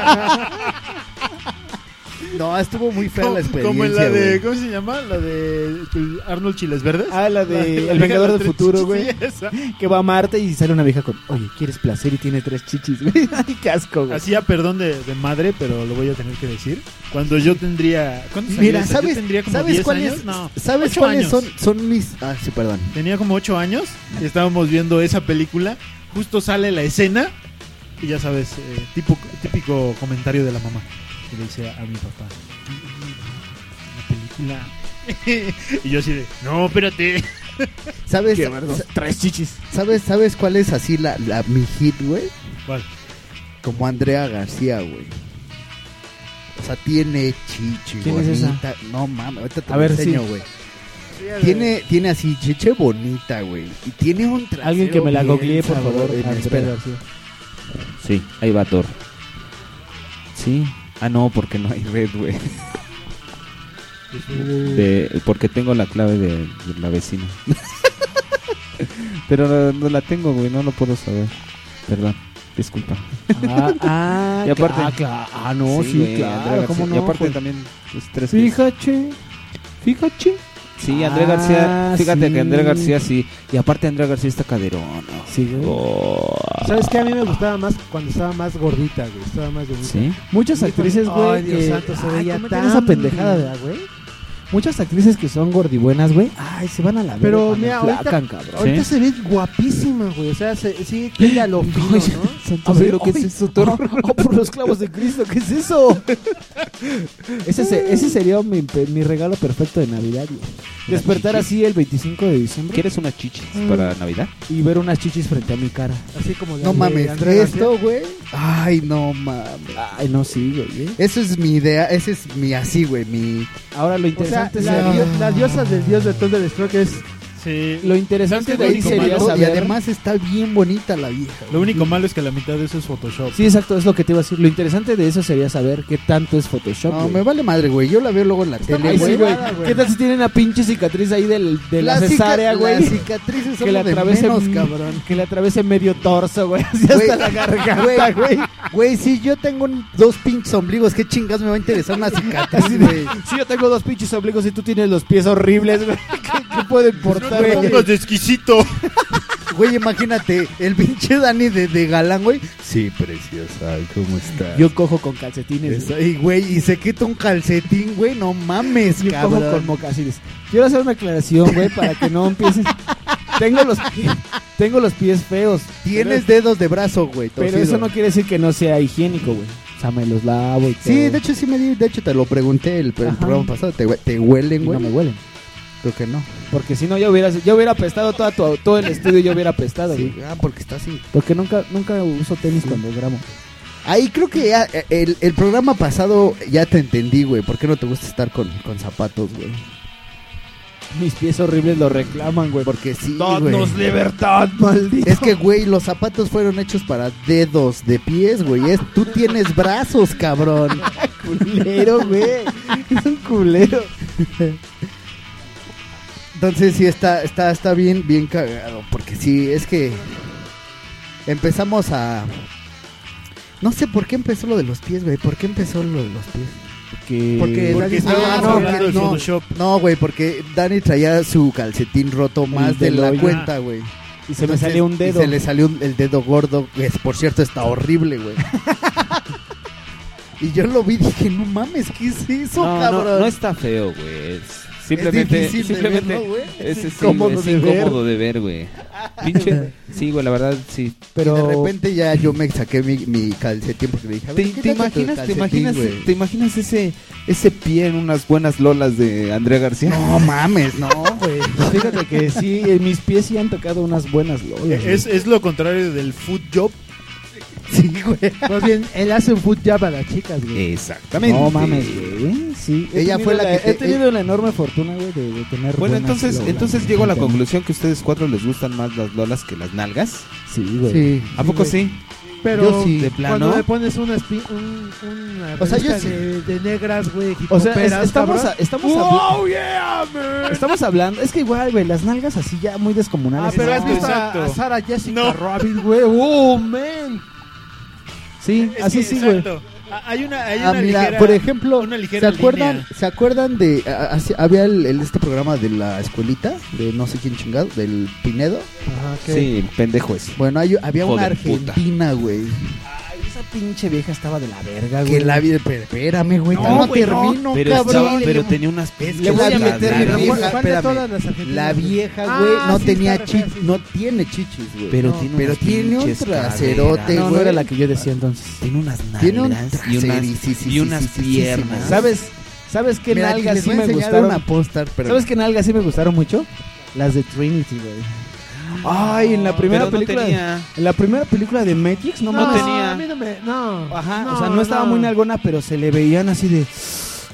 no, estuvo muy fea la experiencia, Como en la de, güey. ¿cómo se llama? La de Arnold Chiles Verdes. Ah, la de La El Vengador del de las Futuro, tres güey. chichis, sí, esa. Que va a Marte y sale una vieja con, oye, ¿quieres placer? Y tiene 3 chichis, güey. Ay, qué asco, güey. Hacía perdón de madre, pero lo voy a tener que decir. Cuando yo tendría... ¿Cuántos Mira, años? ¿sabes, Yo tendría como ¿sabes 10 cuáles, años. No, ¿sabes 8 cuáles años. son mis... Ah, sí, perdón. Tenía como 8 años y estábamos viendo esa película. Justo sale la escena y ya sabes, típico comentario de la mamá que le dice a mi papá. La película... y yo así de, no, espérate. ¿Sabes? Qué vergo. 3 chichis. ¿Sabes cuál es así mi hit, güey? ¿Cuál? Como Andrea García, güey. O sea, tiene chichi, ¿Quién es bonita. No mames, ahorita te A lo ver, enseño, sí. güey. Tiene así chiche bonita, güey. Y tiene un trasero Alguien que me la bien googlee, por sabroso. favor. Andrea Espera. García. Sí, ahí va Thor. Sí. Ah, no, porque no hay red, güey. Porque tengo la clave de la vecina. Pero no la tengo, güey, no lo puedo saber. Perdón, disculpa. Y aparte, no, sí, güey, claro, André ¿cómo García. no? Y aparte Pues, también los tres. fíjate. Sí, André García. Fíjate sí. que André García sí. Y aparte André García está caderón, ¿no? Sí, güey. ¿Sabes qué? A mí me gustaba más cuando estaba más gordita, güey. Estaba más bonita. Sí. Muchas actrices, güey, Ay, Dios que... santo, se veía cometen tan esa pendejada, ¿verdad, güey? Muchas actrices que son gordibuenas, güey. Ay, se van a la verga. Pero cuando mira, flacan, cabrón. Ahorita se ve guapísima, güey. O sea, sí, tiene a lo fino, ¿no? Santo cielo, ¿qué es eso, Toro? Oh, por los clavos de Cristo, ¿qué es eso? Ese sería mi regalo perfecto de Navidad, güey. Despertar así el 25 de diciembre ¿Quieres una chichis para Navidad? y ver unas chichis frente a mi cara. Así como No mames, André esto, güey. Ay, no mames. Ay, no, sí, güey. Eso es mi idea, ese es mi así, güey, mi... Ahora lo O sea, interesante la diosa del dios de Thunder creo que es... Sí. lo interesante de ahí Lo único sería malo- Y saber. además está bien bonita la vieja. Lo único malo es que la mitad de eso es Photoshop. Sí, exacto, es lo que te iba a decir. Lo interesante de eso sería saber qué tanto es Photoshop. No, güey. me vale madre, güey. Yo la veo luego en la tele, Ay, sí, güey. güey. ¿Qué tal si tiene una pinche cicatriz ahí de la cesárea, güey? Las cicatrices son Que le lo de atraviese menos, cabrón. que le atraviese medio torso, güey, así Güey, hasta la garganta, güey. Güey, si yo tengo dos pinches ombligos, ¿qué chingas me va a interesar una cicatriz, güey? Si yo tengo dos pinches ombligos y tú tienes los pies horribles, güey, ¿qué puede importar, No te güey? pongas de exquisito. Güey, imagínate, el pinche Dani de galán, güey. Sí, preciosa, ¿cómo estás? Yo cojo con calcetines, güey. Y, güey, y se quita un calcetín, güey, no mames, Yo cojo cabrón. con mocasines. Quiero hacer una aclaración, güey, para que no empiecen. Tengo los pies feos. Tienes dedos de brazo, güey. Pero torcido. eso no quiere decir que no sea higiénico, güey. O sea, me los lavo y todo. Sí, de hecho sí de hecho te lo pregunté el Ajá. programa pasado, te huelen, Y güey. no me huelen. Creo que no. Porque si no, yo hubiera apestado todo el estudio, yo hubiera apestado, güey. Sí, porque está así. Porque nunca uso tenis cuando grabo. Ahí creo que ya, el programa pasado ya te entendí, güey. ¿Por qué no te gusta estar con zapatos, güey? Mis pies horribles lo reclaman, güey. Porque sí, Danos güey. libertad, maldito. Es que, güey, los zapatos fueron hechos para dedos de pies, güey. Tú tienes brazos, cabrón. culero, güey. Es un culero. Entonces sí está bien cagado. Porque sí, es que empezamos a... No sé por qué empezó lo de los pies, güey. ¿Por qué empezó lo de los pies? Porque Porque Dani- estábamos hablando de Photoshop. No, güey, porque Dani traía su calcetín roto más de del la hoyo. cuenta, güey. Y se me Entonces, salió un dedo. Y se le salió el dedo gordo, que por cierto está horrible, güey. Y yo lo vi y dije, no mames, ¿qué es eso, cabrón? No está feo, güey. Simplemente, difícil de verlo, güey. es incómodo de ver. incómodo de ver, güey. Pinche, sí, güey, la verdad, sí. Pero Y de repente ya yo me saqué mi calcetín porque le dije, a ver, ¿Te quítate tu calcetín, güey. ¿Te imaginas ese pie en unas buenas lolas de Andrea García? No mames, no, güey. fíjate que sí, mis pies sí han tocado unas buenas lolas. güey. Es lo contrario del foot job. Sí, güey. Más bien, él hace un foot jab a las chicas, güey. Exactamente. No mames, güey. Sí. Ella fue la que He tenido la enorme fortuna, güey, de tener Bueno, buenas lolas. entonces llego a la conclusión que a ustedes cuatro les gustan más las lolas que las nalgas. Sí, güey. Sí. ¿A poco sí? Pero Yo sí. ¿De plano? cuando le pones una O sea, yo revista sí. de negras, güey, O sea, hipoperas, estamos cabrón. estamos hablando, es que igual, güey, las nalgas así ya muy descomunales. Ah, pero has visto Exacto. a Sarah Jessica No. Rabbit, güey. Oh, man. Sí, Es así que, sí, güey. exacto. Hay una Mira, ligera, por ejemplo, una ligera línea. ¿se acuerdan de había este programa de la escuelita de no sé quién chingado, del Pinedo? Ajá, ¿qué? Sí, el pendejo ese. Bueno, había Hijo una de puta. argentina, güey, Ay, esa pinche vieja estaba de la verga, güey. que la vi, espérame, güey, No, no güey, termino, Pero, cabrón. pero tenía unas Es Le que voy la a meter vieja, mi ¿Cuál de espérame, todas las argentinas? la vieja, Ah, güey, no sí, tenía está re fea, sí. no tiene chichis, güey. Pero No, tiene pero unas tiene un pinches traserote, caderas. No, no güey. era la que yo decía entonces. Tiene unas Tiene un nalgas y unas, y unas piernas. ¿Sabes qué Mira, nalgas les sí voy a me enseñar gustaron? una póster, pero ¿Sabes qué nalgas sí me gustaron mucho? Las de Trinity, güey. Ay, en la primera Pero no película. tenía. En la primera película de Matrix, no, No mames. tenía. A mí no me. No. Ajá, No, o sea, no estaba muy nalgona, pero se le veían así de.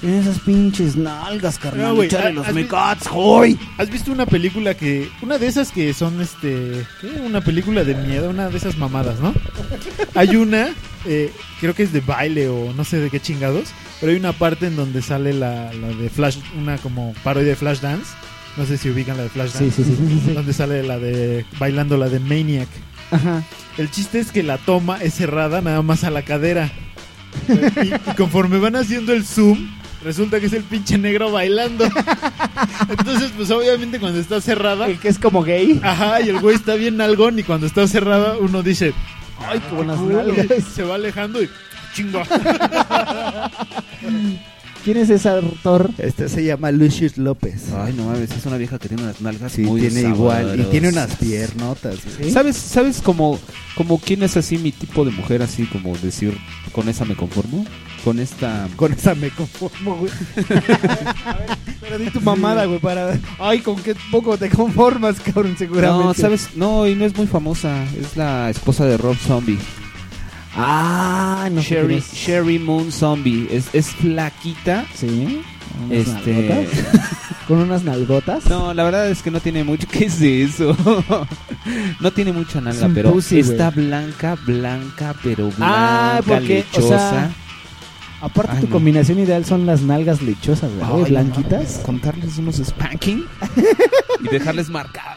En esas pinches nalgas, carnal. No, güey, Echarle los ¿has mecats, hoy. ¿Has visto una película una de esas que son ¿qué? Una película de miedo, una de esas mamadas, ¿no? Hay una, creo que es de baile o no sé de qué chingados, pero hay una parte en donde sale la de Flash, una como parodia de Flashdance. No sé si ubican la de Flashdance. Sí. Donde sale la de bailando la de Maniac. Ajá. El chiste es que la toma es cerrada nada más a la cadera. Y conforme van haciendo el zoom, resulta que es el pinche negro bailando. Entonces, pues obviamente cuando está cerrada, El que es como gay. ajá, y el güey está bien nalgón, y cuando está cerrada uno dice, Ay, qué buenas culo, nalgas. se va alejando y chinga. ¿Quién es esa Thor? Este se llama Lucius López. Ay, no mames, es una vieja que tiene unas nalgas Sí, muy tiene igual. Y sabrosas. tiene unas piernotas. güey. ¿Sí? ¿Sabes como quién es así mi tipo de mujer, así como decir, con esa me conformo? Con esta... Con esa me conformo, güey. Pero di tu mamada, güey, para... Ay, con qué poco te conformas, cabrón, seguramente. No, ¿sabes? No, y no es muy famosa. Es la esposa de Rob Zombie. Ah, no sé quién es. Sherry Moon Zombie. Es flaquita. Sí. ¿Unas Este... nalgotas? ¿Con unas nalgotas? No, la verdad es que no tiene mucho. ¿Qué es eso? No tiene mucha nalga, un pero pussy, está güey. blanca, pero blanca, Ah, porque, o lechosa. sea, aparte Ay, tu no. combinación ideal son las nalgas lechosas, ¿verdad? Ay, Blanquitas. no, contarles unos spanking y dejarles marcar.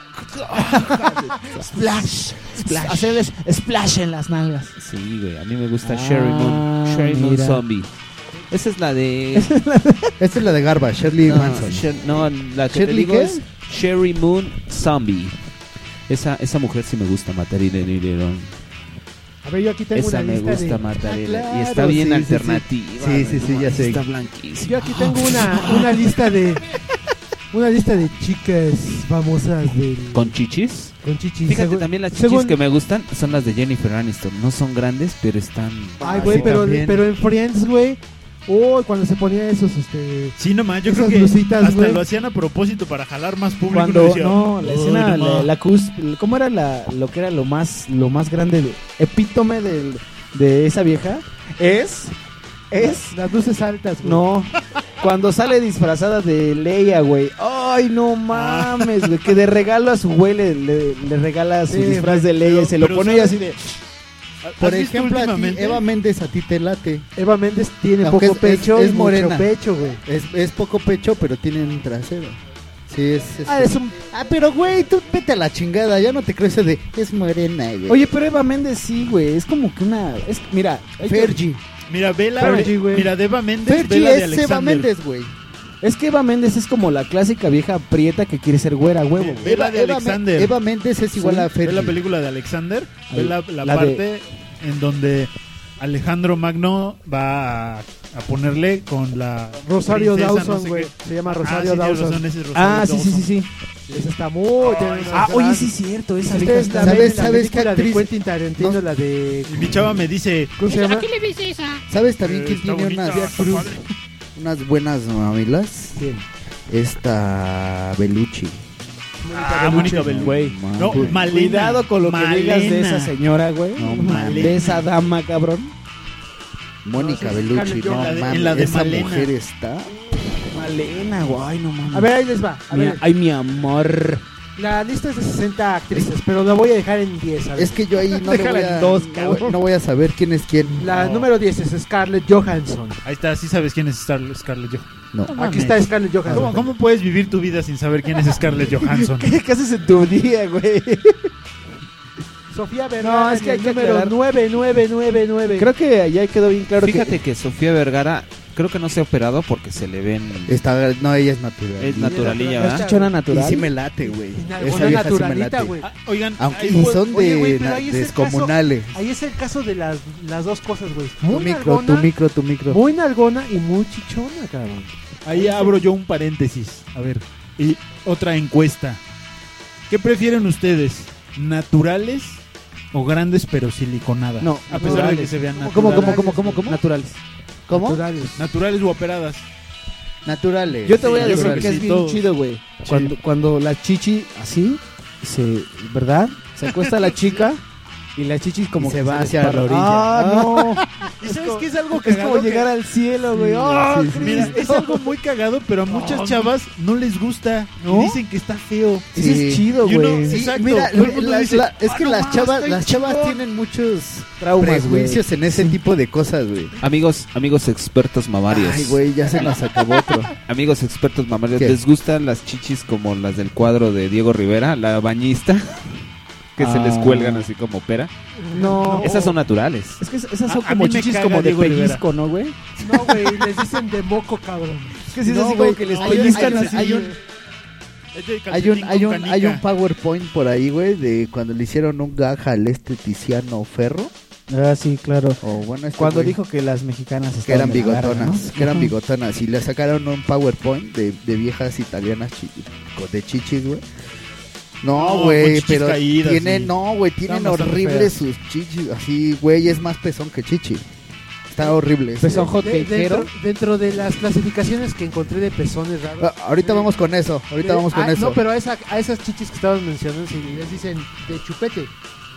Splash. Hacerles splash en las nalgas. Sí, güey, a mí me gusta Ah, Sherry Moon mira. Zombie. Esa es la de... Esta es la de Garba, Shirley Manson. No, la que te ¿Shirley digo qué? es Sherry Moon Zombie. Esa mujer sí me gusta matar y delirón. A ver, yo aquí tengo Esa una me lista gusta de... matar y claro, está bien sí, sí, alternativa. sí. Sí, güey, ya no, sé. Está blanquísima. Yo aquí tengo una lista de... Una lista de chicas famosas del... ¿Con chichis? con chichis. Fíjate, también las chichis según- que me gustan son las de Jennifer Aniston. No son grandes, pero están... Ay, güey, sí, pero también. en Friends, güey... Oh, cuando se ponía esos, Sí, nomás, yo Esas creo que blusitas, hasta güey. lo hacían a propósito para jalar más público. Cuando, y decía, no, la "Ay, escena, no la ¿cómo era lo que era lo más grande, epítome de esa vieja? Es, las luces altas, güey. no, cuando sale disfrazada de Leia, güey. Ay, no mames, güey, que de regalo a su güey le regala su Sí, disfraz güey, de Leia y se lo pero pone y ¿sabes? así de... Por ¿Has visto ejemplo, a ti, últimamente? Eva Méndez, a ti te late. Eva Méndez tiene Aunque poco pecho es y morena. mucho pecho, güey. Es poco pecho, pero tiene un trasero. Sí, es... Es un... pero güey, tú vete a la chingada. Ya no te creo ese de... Es morena, güey. Oye, pero Eva Méndez sí, güey, es como que una... mira, hay que- Fergie. Mira, vela, Fergie, güey. mira, de Eva Méndez, Fergie vela de es Eva Alexander. Méndez, güey. es que Eva Méndez es como la clásica vieja prieta que quiere ser güera, huevo. güey. Vela de Alexander. Eva Méndez es igual Sí. a Ve Fergie. la película de Alexander, ve Ahí, la la parte en donde Alejandro Magno va a ponerle con la Rosario princesa, Dawson, no sé güey. qué. Se llama Ah, Rosario sí, tienes Dawson. razón, ese es Rosario Ah, sí, Dawson. sí, sí. Esa está muy... Ah, oye, sí es cierto, esa vieja Ustedes está... la ven en la ¿Sabes qué película de actriz? Quentin Tarantino, No. la de... Y mi chava me dice, ¿Cómo se llama? le ves esa? ¿Sabes también quién está tiene bonita, unas, está padre. unas buenas mamilas? ¿Quién? Esta Bellucci. Mónica Bellucci. Güey. No, Malena. Cuidado con lo que digas de Malena. esa señora, güey. No, De esa dama, cabrón. Mónica sí, Bellucci, Scarlett no Johansson. mames, En la de esa Malena. mujer está... Malena, güey, no mames. A ver, ahí les va. A ver, Ay, mi amor. la lista es de 60 actrices, pero la voy a dejar en 10. A ver. Es que yo ahí no le voy Déjala a... en dos, no, cabrón. no voy a saber quién es quién. La No. número 10 es Scarlett Johansson. Ahí está, sí sabes quién es Scarlett Johansson. No. Aquí está Scarlett Johansson. ¿Cómo puedes vivir tu vida sin saber quién es Scarlett Johansson? ¿Qué haces en tu día, güey? Sofía Vergara, No, es que hay que número aclarar. 9999. Creo que allá quedó bien claro Fíjate que Sofía Vergara, creo que no se ha operado porque se le ven... Está, no, ella es natural. Es naturalilla, que es ¿verdad? chichona Y natural. sí me late, güey. Esa Una vieja sí me naturalita, late. güey. Ah, oigan, Aunque ahí- son Oye, de güey, pero ahí es el descomunales. Ahí es el caso de las dos cosas, güey. Tu Muy micro, nalgona, tu micro. muy nalgona y muy chichona, cabrón. ahí abro yo un paréntesis. A ver, y otra encuesta. ¿Qué prefieren ustedes? ¿Naturales o grandes pero siliconadas? No, a pesar de que se vean ¿Cómo, naturales. cómo? Naturales. ¿Cómo? Naturales. Naturales o operadas. Naturales. Yo te voy a Sí, yo decir creo que que es sí, bien todos. chido, güey. Cuando la chichi así, ¿verdad? Se acuesta la chica y la chichi como Y se que va le hacia esparra. la orilla. Ah, no. ¿Y sabes qué es algo Es cagado? como llegar al cielo, güey. ¡Oh, sí, sí. Mira, Cristo! es algo muy cagado, pero a muchas chavas no les gusta. ¿No? Y dicen que está feo. Ese es Sí. chido, Y uno- güey. Sí, Exacto, mira, todo el mundo dice, es que "Ah, no las mames, chavas, está las chavas chingón". tienen muchos Traumas, prejuicios en ese tipo de cosas, güey. Amigos expertos mamarios. Ay, güey, ya se nos acabó otro. Amigos expertos mamarios, ¿Qué? ¿les gustan las chichis como las del cuadro de Diego Rivera, la bañista? Que se les cuelgan así como pera. No. Esas son naturales. Es que esas son A como mí me chichis caga como de Diego Rivera. pellizco, ¿no, güey? No, güey, les dicen de moco, cabrón. Es que si es No, así güey, como que les hay- pellizcan hay- así. hay un- Es de Hay un, calcetín hay con un, canica. hay un PowerPoint por ahí, güey, de cuando le hicieron un gag al Tiziano Ferro. Ah, sí, claro. O bueno, Cuando güey, dijo que las mexicanas que eran estaban de la verga, bigotonas, ¿no? que eran Ujú. bigotonas y le sacaron un PowerPoint de viejas italianas de chichis, güey. No, No, güey, con chichis pero caídas, tienen, sí. no, güey, tienen Están bastante horribles feas. sus chichis, así, güey, es más pezón que chichi. Está horrible. ese, Pezón güey. hot cakero. Dentro de las clasificaciones que encontré de pezones raros. Ahorita vamos con eso, ahorita vamos con eso. No, pero a esas chichis que estabas mencionando, si les dicen de chupete.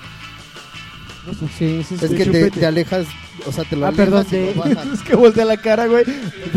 Sí, sí, Es sí. que chupete. te alejas, o sea, te lo Ah, alejas perdón, y de- lo bajas. Es que voltea la cara, güey.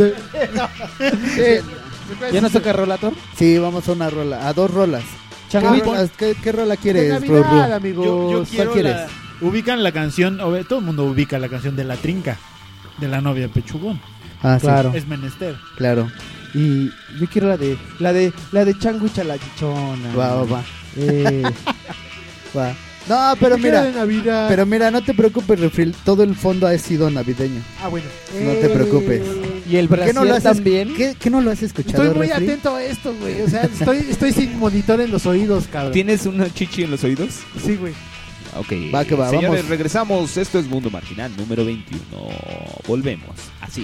Sí, ¿Ya nos toca Rolator? sí, vamos a una rola, a dos rolas. Changuito. ¿Qué rola De quieres, Navidad, Rorro? amigos. Yo quiero quieres? ubican la canción, todo el mundo ubica la canción de La Trinca, de la novia de Pechugón. Ah, sí, Claro. Es menester. claro. Y yo quiero la de Changuicha la chichona. Va. Eh, Va. No, pero Yo quiero de mira, Navidad. no te preocupes, Refril, todo el fondo ha sido navideño. Ah, bueno. No te preocupes. y el ¿Qué Brasil no lo has también. ¿Qué no lo has escuchado, Estoy muy Refri? atento a esto, güey. O sea, estoy sin monitor en los oídos, cabrón. ¿Tienes una chichi en los oídos? Sí, güey. Ok. Va que va, Señores, vamos. regresamos. Esto es Mundo Marginal número 21. Volvemos. Así.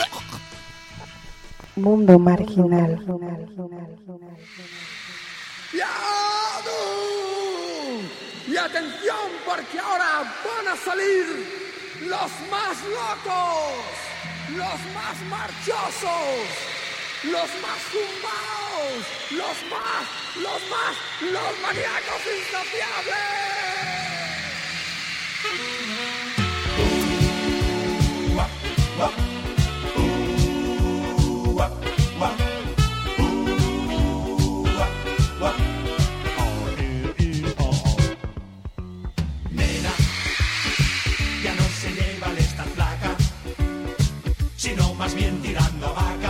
Mundo marginal. Y atención porque ahora van a salir los más locos, los más marchosos, los más zumbaos, los maníacos insaciables. Nena, ya no se lleva el esta flaca, sino más bien tirando a vaca.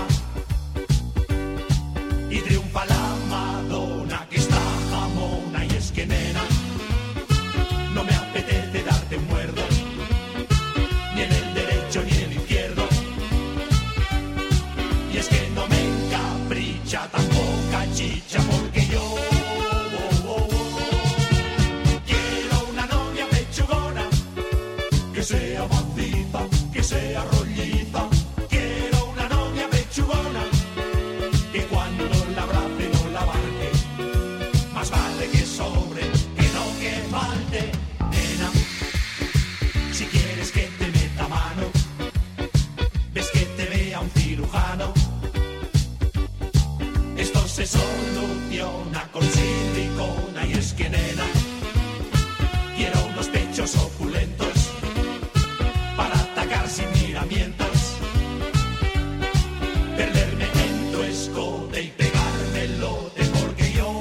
Y triunfa la Madonna que está jamona. Y es que nena, no me apetece darte un muerdo, ni en el derecho ni en el izquierdo. Y es que no me encapricha tan poca chicha, porque yo quiero una novia pechugona, que sea maciza, que sea rolliza. Quiero una novia pechugona, que cuando la abrace no la abarque. Más vale que sobre, que no que falte. Nena, si quieres que te meta mano, ves que te vea un cirujano. Esto se soluciona con silicona. Y es que nena, quiero unos pechos opulentos para atacar sin miramientos, perderme en tu escote y pegarme el lote, porque yo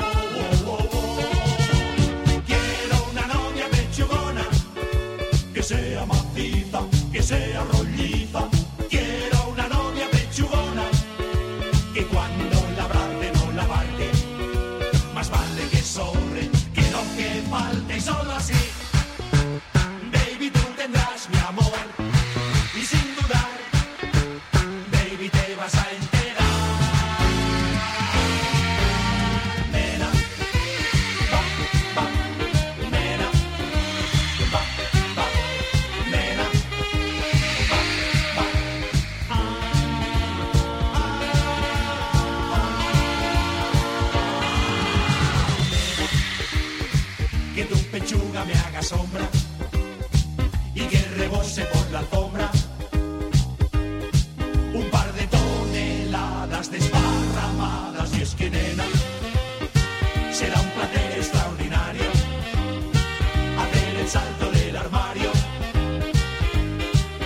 quiero una novia pechugona, que sea maciza, que sea rolliza. Quiero una novia pechugona, que cuando la abrace no la abarque. Más vale que sobre, que no que falte. Y solo así, baby, tú tendrás mi amor. Y sin dudar, baby, te vas a enterar. Nena, va, va, nena, va, va, nena, va, va. Que tu pechuga me haga sombra y que rebose por la alfombra un par de toneladas desparramadas. Y es que nena, será un placer extraordinario hacer el salto del armario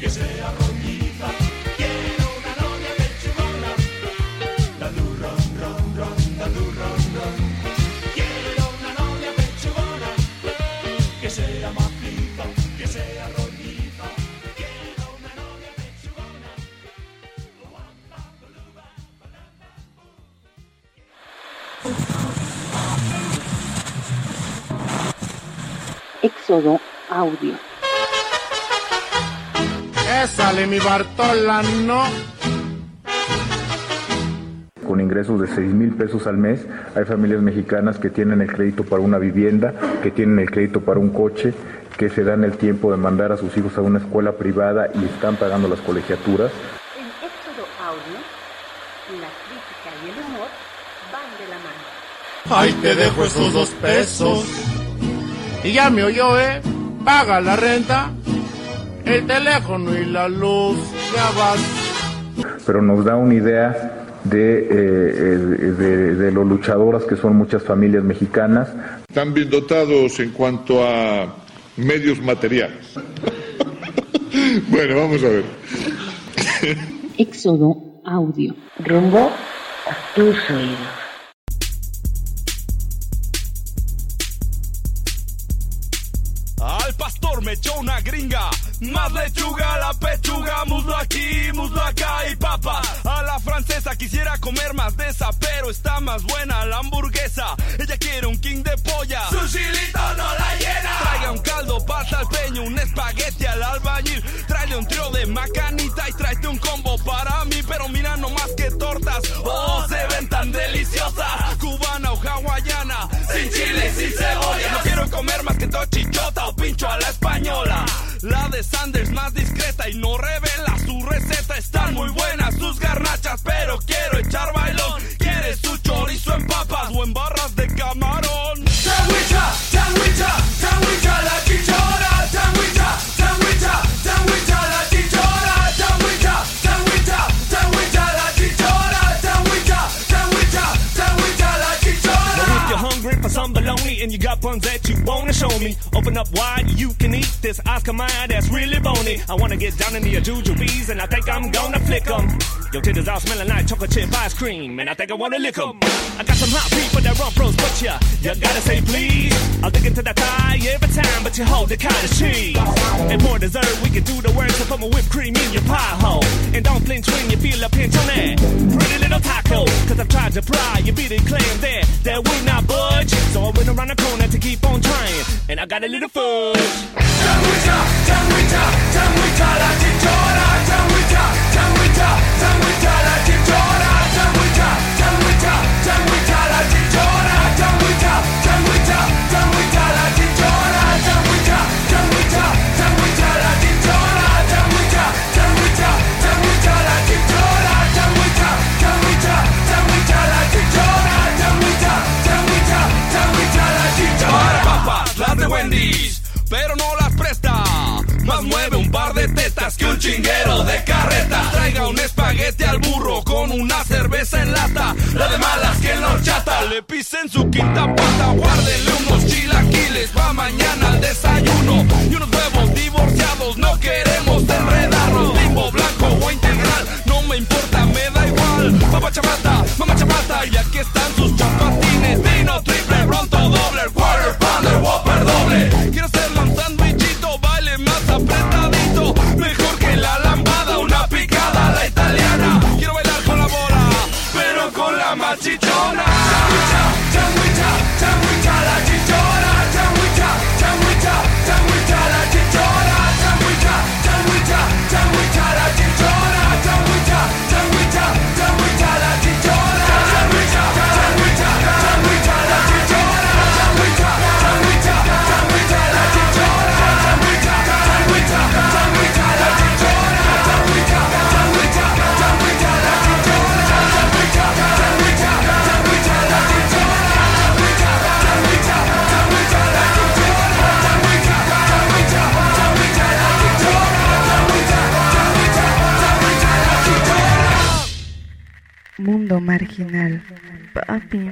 que sea rollita. Quiero una novia pechugona, da du ron ron ron, da du ron ron. Quiero una novia pechugona, que sea majita, que sea rollita. Quiero una novia pechugona. Éxodo Audio. Sale mi Bartola, ¿no? Con ingresos de 6,000 pesos al mes, hay familias mexicanas que tienen el crédito para una vivienda, que tienen el crédito para un coche, que se dan el tiempo de mandar a sus hijos a una escuela privada y están pagando las colegiaturas. En Éxodo Audio, la crítica y el humor van de la mano. Ahí te dejo esos 2 pesos. Y ya me oyó, paga la renta, el teléfono y la luz, ya vas. Pero nos da una idea de lo luchadoras que son muchas familias mexicanas. Están bien dotados en cuanto a medios materiales. Bueno, vamos a ver. Éxodo Audio. Rumbo a tus oídos. Al pastor me echó una gringa, más lechuga, la pechuga, muslo aquí, muslo acá y papa. A la francesa quisiera comer más de esa, pero está más buena la hamburguesa. Ella quiere un king de polla, su chilito no la llena. Traiga un caldo para salpeño, un espagueti al albañil. Tráele un trío de macanita y tráete un combo para mí. Pero mira nomás que tortas, oh, se ven tan deliciosas. Cubana o hawaiana, sin chile, sin cebolla. No quiero comer más que tochichota o pincho a la española. La de Sanders más discreta y no revela su receta. Están muy buenas sus garnachas, pero quiero echar bailón. Quiere su chorizo en papas o en barras de camarón. Sandwicha, sandwicha, sandwicha la chichona. Sandwicha, sandwicha, sandwicha la chichona. Sandwicha, sandwicha, sandwicha la chichona. Sandwicha, sandwicha, sandwicha la chichona. Now if you're hungry for some bologna and you got buns that you wanna show me, open up wide, you can eat this Oscar Mayer that's really bony. I wanna get down into your jujubes and I think I'm gonna flick them. Your titties all smelling like chocolate chip ice cream and I think I wanna lick them. I got some hot people that run pros, but you gotta say please. I'll dig into that thigh every time, but you hold the cottage cheese. And for dessert, we can do the work, so put my whipped cream in your pie hole. And don't flinch when you feel a pinch on that pretty little taco. Cause I've tried to pry, you beat it clear there, that will not budge. So I went around the corner to keep on trying, and I got a little fudge. Sandwicha, sandwicha, sandwicha la chichona. Sandwicha, sandwicha, sandwicha la chichona. Sandwicha, sandwicha, sandwicha la chichona. Sandwicha, sandwicha, sandwicha la chichona. Sandwicha, sandwicha, sandwicha la chichona. Sandwicha, sandwicha, sandwicha la chichona. Sandwicha, sandwicha, sandwicha la chichona. Sandwicha, sandwicha, sandwicha la chichona. Papas, las de Wendy's, pero no las presta. Más mueve un par de tetas que un chinguero de carreta. Traiga un espagueti al burro con una cerveza en lata. La de malas que en la horchata le pisen su quinta pata. Guárdele unos chilaquiles pa' mañana al desayuno y unos huevos divorciados. No queremos enredarnos. Limbo, blanco o integral, no me importa, me da igual. Mamá chapata, y aquí están sus chapatines. Vino triple, pronto doble, quarter pounder, whopper doble. Quiero hacerlo un sandwichito, baile más apretadito. Mejor que la lambada, una picada a la italiana. Quiero bailar con la bola, pero con la machichona. Sandwicha, sandwicha, sandwicha la chichona. Sandwicha, sandwicha, sandwicha la chichona. Sandwicha, sandwicha, sandwicha la chichona. Sandwicha, sandwicha, sandwicha la chichona. Sandwicha, sandwicha, sandwicha la chichona. Sandwicha, sandwicha, sandwicha la chichona. Sandwicha, sandwicha, sandwicha la chichona. Sandwicha, sandwicha, sandwicha la chichona. Sandwicha, sandwicha, sandwicha la chichona. Sandwicha, sandwicha, sandwicha la chichona. Sandwicha, sandwicha, sandwicha la chichona. Sandwicha, sandwicha, sandwicha la chichona. Mundo marginal. Papi,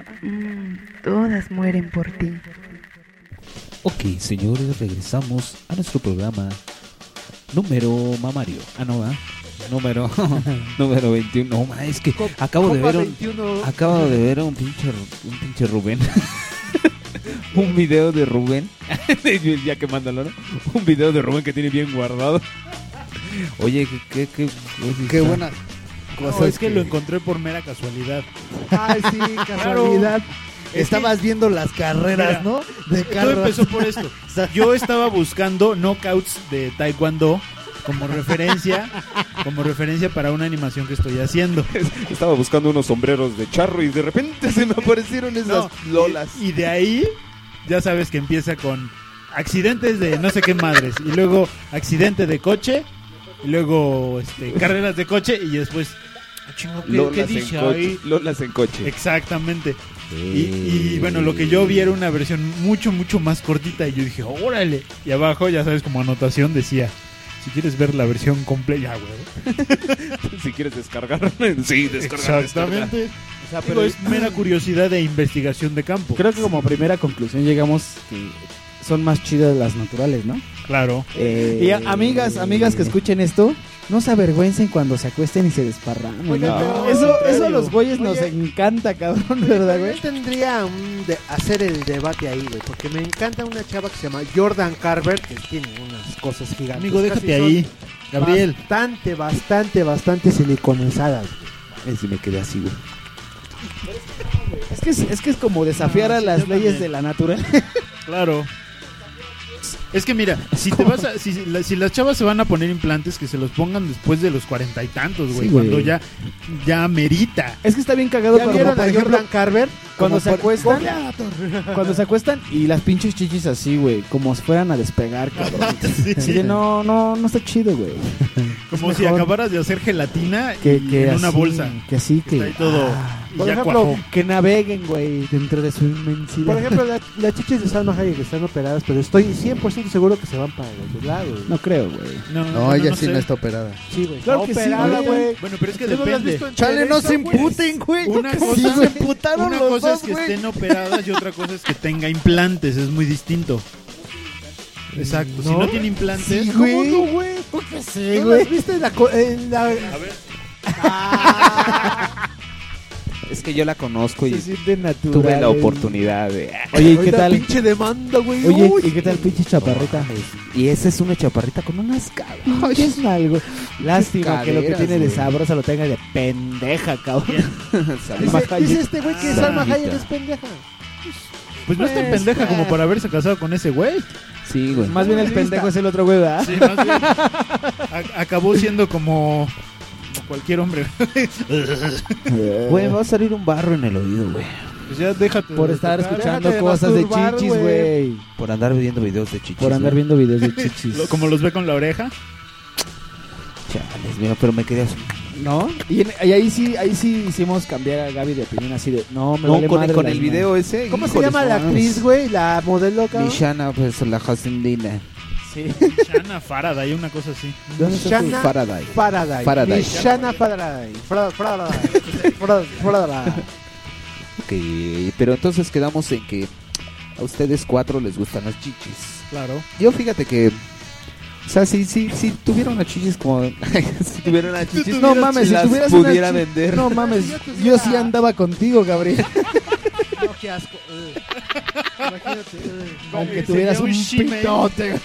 todas mueren por ti. Ok, señores, regresamos a nuestro programa número mamario. Ah, no, ¿verdad? Número 21. No, ma, es que acabo de ver un pinche Rubén. Un video de Rubén. Ya quemándolo, ¿no? Un video de Rubén que tiene bien guardado. Oye, qué buena cosa. No, es que lo encontré por mera casualidad. Ay, sí, casualidad. Estabas viendo las carreras, ¿no? De Todo empezó por esto. Yo estaba buscando knockouts de taekwondo como referencia para una animación que estoy haciendo. Estaba buscando unos sombreros de charro y de repente se me aparecieron esas lolas. Y de ahí, ya sabes que empieza con accidentes de no sé qué madres. Y luego accidente de coche. Y luego carreras de coche. Y después, ¿qué dice ahí? Lolas en coche. Exactamente. Y bueno, lo que yo vi era una versión mucho más cortita. Y yo dije, órale. Y abajo, ya sabes, como anotación decía: si quieres ver la versión completa, güey. Si quieres descargar, sí, descargar. Exactamente. O sea, pero es mera curiosidad de investigación de campo. Creo que como primera conclusión llegamos que son más chidas las naturales, ¿no? Claro. Y amigas que escuchen esto, no se avergüencen cuando se acuesten y se desparramen. Oye, ¿no? Eso a los güeyes nos encanta, cabrón, ¿verdad, güey? Yo tendría hacer el debate ahí, güey, porque me encanta una chava que se llama Jordan Carver, que tiene unas cosas gigantes. Amigo, déjate ahí, Gabriel. Bastante siliconizadas. Si me quedé así, güey. Es que es como desafiar a las leyes de la naturaleza. Claro. Es que mira, si las chavas se van a poner implantes, que se los pongan después de los 40 y tantos, güey, Sí, cuando güey. ya merita. Es que está bien cagado cuando, vieron por a ejemplo, Jordan Carver? cuando Como se por- acuestan, Gladiator. cuando se acuestan y las pinches chichis así, güey, como si fueran a despegar, cabrón. Así de, no está chido, güey. Como Es si mejor acabaras de hacer gelatina que en una así, bolsa. que así, que Está ahí todo. y Por ya ejemplo, cuajó. que naveguen, güey, dentro de su inmensidad. Por ejemplo, las chichis de Salma Hayek están operadas, pero estoy 100% seguro que se van para los dos lados. No creo, güey. No, ella sí sé. no está operada. Sí, güey. Claro Está que sí, operada, güey. güey. Bueno, pero es que ¿Tú no lo has depende. visto en Chale, no se Televisa, güey? imputen, güey. Una Sí, cosa, se emputaron una los cosa dos, es que güey. estén operadas y otra cosa es que tenga implantes. Es muy distinto. Exacto. Si no tiene implantes. Sí, ¿cómo no, güey? Porque sí, ¿No güey. las viste en la... A ver. Es que yo la conozco y Se siente natural. tuve la oportunidad de... Oye, ¿y qué Ahorita tal? pinche demanda, güey. Oye, Uy. ¿y qué tal pinche chaparrita? Y esa es una chaparrita con unas caras. Oye, es algo. Lástima que lo que caderas, tiene de güey. sabrosa lo tenga de pendeja, cabrón. Dice este güey que Salma Salmita. Hayek es pendeja. Pues no es tan Pues, pendeja como para haberse casado con ese güey. Sí, güey. Más bien el pendejo es el otro güey, ¿verdad? Sí, más bien. Acabó siendo como cualquier hombre. Güey, va a salir un barro en el oído, güey. Pues ya déjate. Por de estar tocar. escuchando déjate de cosas de masturbar, chichis, güey. güey. Por andar viendo videos de chichis. Por andar güey. viendo videos de chichis. Como los ve con la oreja. Chales, mira, pero me quedé así. ¿No? Y ahí sí hicimos cambiar a Gaby de opinión así de, no, me No, vale madre con la el imagen. video ese. ¿Cómo se híjole, llama la no, actriz, güey? La modelo, cabrón. Mishana, pues la Jacendina. Sí. Shana Faraday, una cosa así. ¿Dónde está Shana Faraday. Faraday. Faraday. Shana Faraday. Faraday. Ok, pero entonces quedamos en que a ustedes 4 les gustan las chichis. Claro. Yo fíjate que... O sea, si tuviera unas chichis como... si tuviera unas chichis... No mames, si las tuvieras pudiera una vender. No mames, yo sí andaba contigo, Gabriel. No, qué asco. Imagínate. Aunque tuvieras un pitote.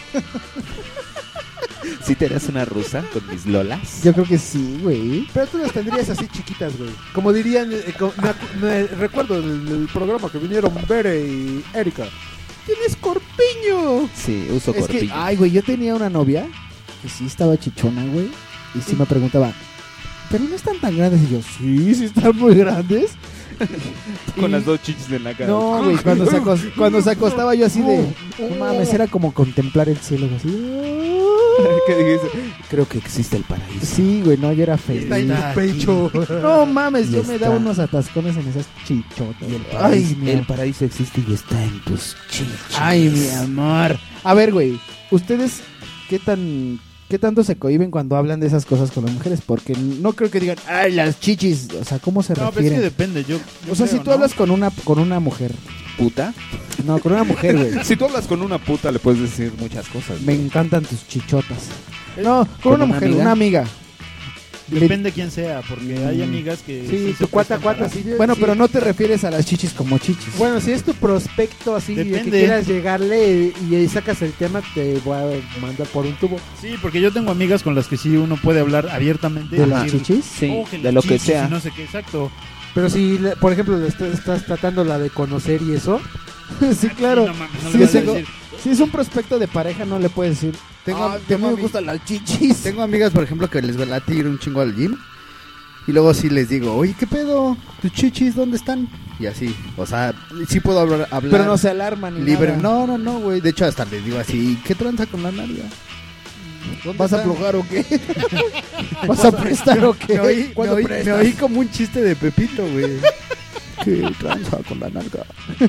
¿Sí te das una rusa con mis lolas? Yo creo que sí, güey. Pero tú las tendrías así chiquitas, güey. Como dirían, me recuerdo del programa que vinieron Bere y Erika. ¡Tienes corpiño! Sí, uso Es que, corpiño. ay, güey, yo tenía una novia que sí estaba chichona, güey. Y sí me preguntaba, ¿pero no están tan grandes? Y yo, sí están muy grandes. Con Y- las dos chichis en la cara. No, güey, cuando se acostaba yo así de, no mames, era como contemplar el cielo, güey, así. ¿Qué dijiste? Creo que existe el paraíso. Sí, güey, no, yo era feliz. Está en tu pecho. No mames, Y yo me daba está. unos atascones en esas chichotas. Y el Ay, paraíso, mi el paraíso existe y está en tus chichis. Ay, mi amor. A ver, güey, ¿ustedes qué tanto se cohiben cuando hablan de esas cosas con las mujeres? Porque no creo que digan, ay, las chichis. O sea, ¿cómo se No, pero es refieren? que depende. Yo O sea, creo, si tú ¿no? hablas con una mujer. ¿Puta? No, con una mujer, güey. Si tú hablas con una puta le puedes decir muchas cosas. Me encantan tus chichotas. No, con una mujer, una amiga. Depende quién sea, porque hay amigas que... Sí, tu cuata, sí. Bueno, sí. pero no te refieres a las chichis como chichis. Bueno, si es tu prospecto así, de que Depende. quieras llegarle y sacas el tema, te voy a mandar por un tubo. Sí, porque yo tengo amigas con las que sí uno puede hablar abiertamente. ¿De y las decir, chichis? Sí, que de las lo que chichis sea. y no sé qué, exacto. Pero si, por ejemplo, estás tratando la de conocer y eso, Sí, claro. No mames, no Si le es, vas a decir. si es un prospecto de pareja, no le puedes decir. Tengo, "Ah, tengo a mí me ami- gustan las chichis. Tengo amigas, por ejemplo, que les late ir un chingo al gym. Y luego sí les digo, oye, ¿qué pedo? ¿Tus chichis dónde están? Y así, o sea, sí puedo hablar Pero no se alarman ni libre. nada. No, güey. De hecho, hasta les digo así, ¿qué tranza con la nalga? ¿Dónde ¿Vas a están? aflojar o qué? ¿Vas a prestar o qué? Me ¿Cuándo oí prestas? como un chiste de Pepito, güey. ¿Qué tranza con la nalga?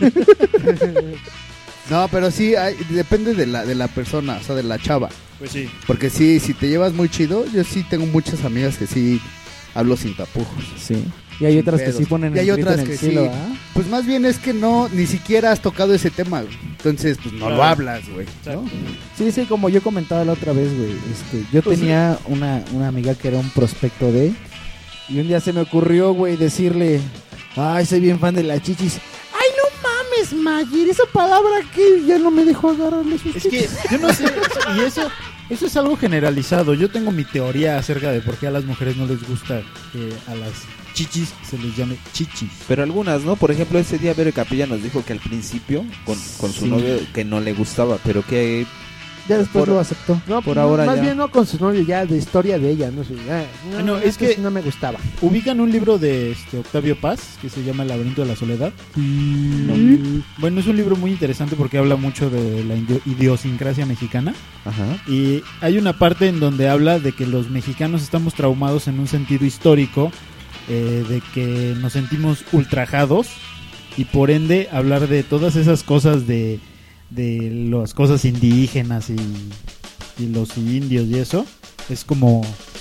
No, pero sí, depende de la persona, o sea, de la chava. Pues sí. Porque sí, si te llevas muy chido, yo sí tengo muchas amigas que sí hablo sin tapujos. Sí. Y hay Sin otras que pedos. sí ponen Y hay el grito otras en el que cielo, sí. ¿ah? Pues más bien es que no, ni siquiera has tocado ese tema, güey. Entonces, pues no lo Claro. hablas, güey. ¿no? Sí, como yo comentaba la otra vez, güey. Yo Pues tenía una amiga que era un prospecto de... Y un día se me ocurrió, güey, decirle... Ay, soy bien fan de las chichis. Ay, no mames, Magir, esa palabra que ya no me dejó agarrarle sus Es que yo no sé, y eso es algo generalizado. Yo tengo mi teoría acerca de por qué a las mujeres no les gusta que a las chichis se les llame chichis. Pero algunas, ¿no? Por ejemplo, ese día Vero Capilla nos dijo que al principio con su Sí. novio que no le gustaba, pero que Ya después Por- lo aceptó. no, por ahora más ya. bien no con su novio, ya de historia de ella, no sé. No, es que- no me gustaba. ¿Ubican un libro de Octavio Paz que se llama El laberinto de la soledad? No. Bueno, es un libro muy interesante porque habla mucho de la idiosincrasia mexicana. Ajá. Y hay una parte en donde habla de que los mexicanos estamos traumados en un sentido histórico, de que nos sentimos ultrajados y por ende hablar de todas esas cosas de las cosas indígenas y los indios y eso es como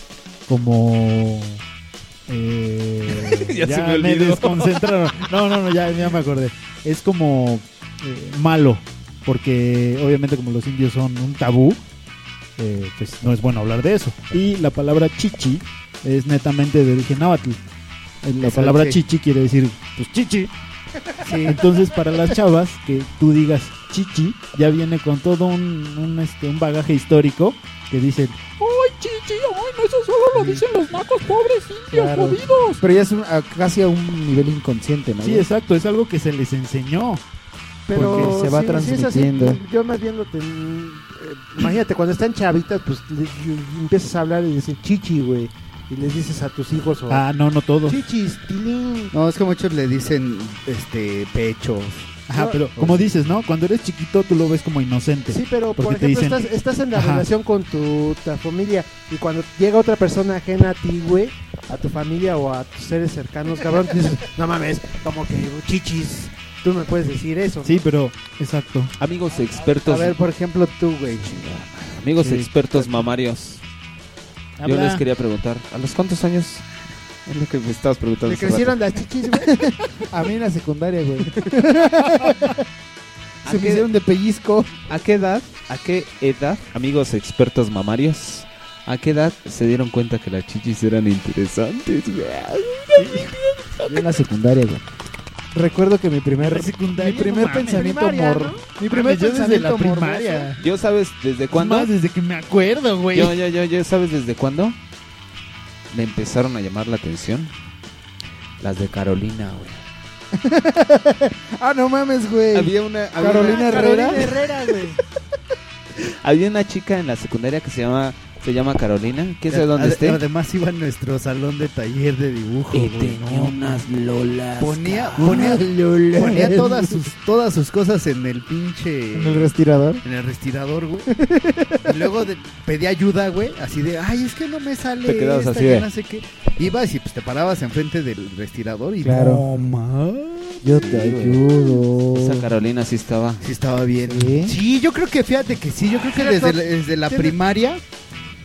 Ya se me me olvidó. desconcentraron. No, ya me acordé. Es como malo, porque obviamente como los indios son un tabú, pues no es bueno hablar de eso. Y la palabra chichi es netamente de origen náhuatl. La Eso, palabra sí. chichi quiere decir pues chichi. Entonces para las chavas que tú digas chichi ya viene con todo un bagaje histórico que dicen ¡ay chichi! ¡ay no, eso solo lo dicen los nacos pobres indios Claro. jodidos! Pero ya es casi a un nivel inconsciente, ¿no? Sí, exacto, es algo que se les enseñó. Pero Porque se va sí, sí es así, transmitiendo. yo más bien imagínate, cuando están chavitas, pues empiezas a hablar y decir chichi, güey. Y les dices a tus hijos o Ah, no todos. chichis, tilín. No, es que muchos le dicen, pechos. Ajá, pero como dices, ¿no? Cuando eres chiquito tú lo ves como inocente. Sí, pero por Porque ejemplo, te dicen, estás en la Ajá. relación con tu familia y cuando llega otra persona ajena a ti, güey, a tu familia o a tus seres cercanos, cabrón, tú dices, no mames, como que chichis, tú me puedes decir eso. Sí, pero exacto. Amigos expertos, A ver, por ejemplo, tú, güey. amigos Sí. expertos mamarios. Yo Habla. les quería preguntar, ¿a los cuántos años? Es lo que me estabas preguntando. ¿Le hace crecieron rato. las chichis, güey? A mí en la secundaria, güey. ¿A Se me qué- hicieron de pellizco. ¿A qué edad, amigos expertos mamarios, a qué edad se dieron cuenta que las chichis eran interesantes, güey? Yo en la secundaria, güey. Recuerdo que mi primer, ¿En la secundaria? mi primer No mames. pensamiento Primaria, morro. ¿no? Mi primer Yo desde pensamiento la morboso. primaria. ¿Yo sabes desde cuándo? Más desde que me acuerdo, güey. Yo, ¿sabes desde cuándo? Me empezaron a llamar la atención las de Carolina, güey. Ah, no mames, güey. Había una Carolina Herrera. Carolina Herrera, güey. había una chica en la secundaria que se llama Carolina, quién sabe dónde esté. Además iba a nuestro salón de taller de dibujo, Y güey, tenía ¿no? unas lolas. Ponía Lola. todas sus cosas en el pinche... En el respirador. En el respirador, güey. Y luego pedí ayuda, güey. Así de, ay, es que no me sale. Te quedabas esta, así ya de- no sé qué. Ibas y pues te parabas enfrente del respirador y Claro. no, ma. Yo te ayudo. Esa Carolina sí estaba. Sí estaba bien. ¿Sí? Sí, yo creo que, fíjate que sí. Yo creo que desde la primaria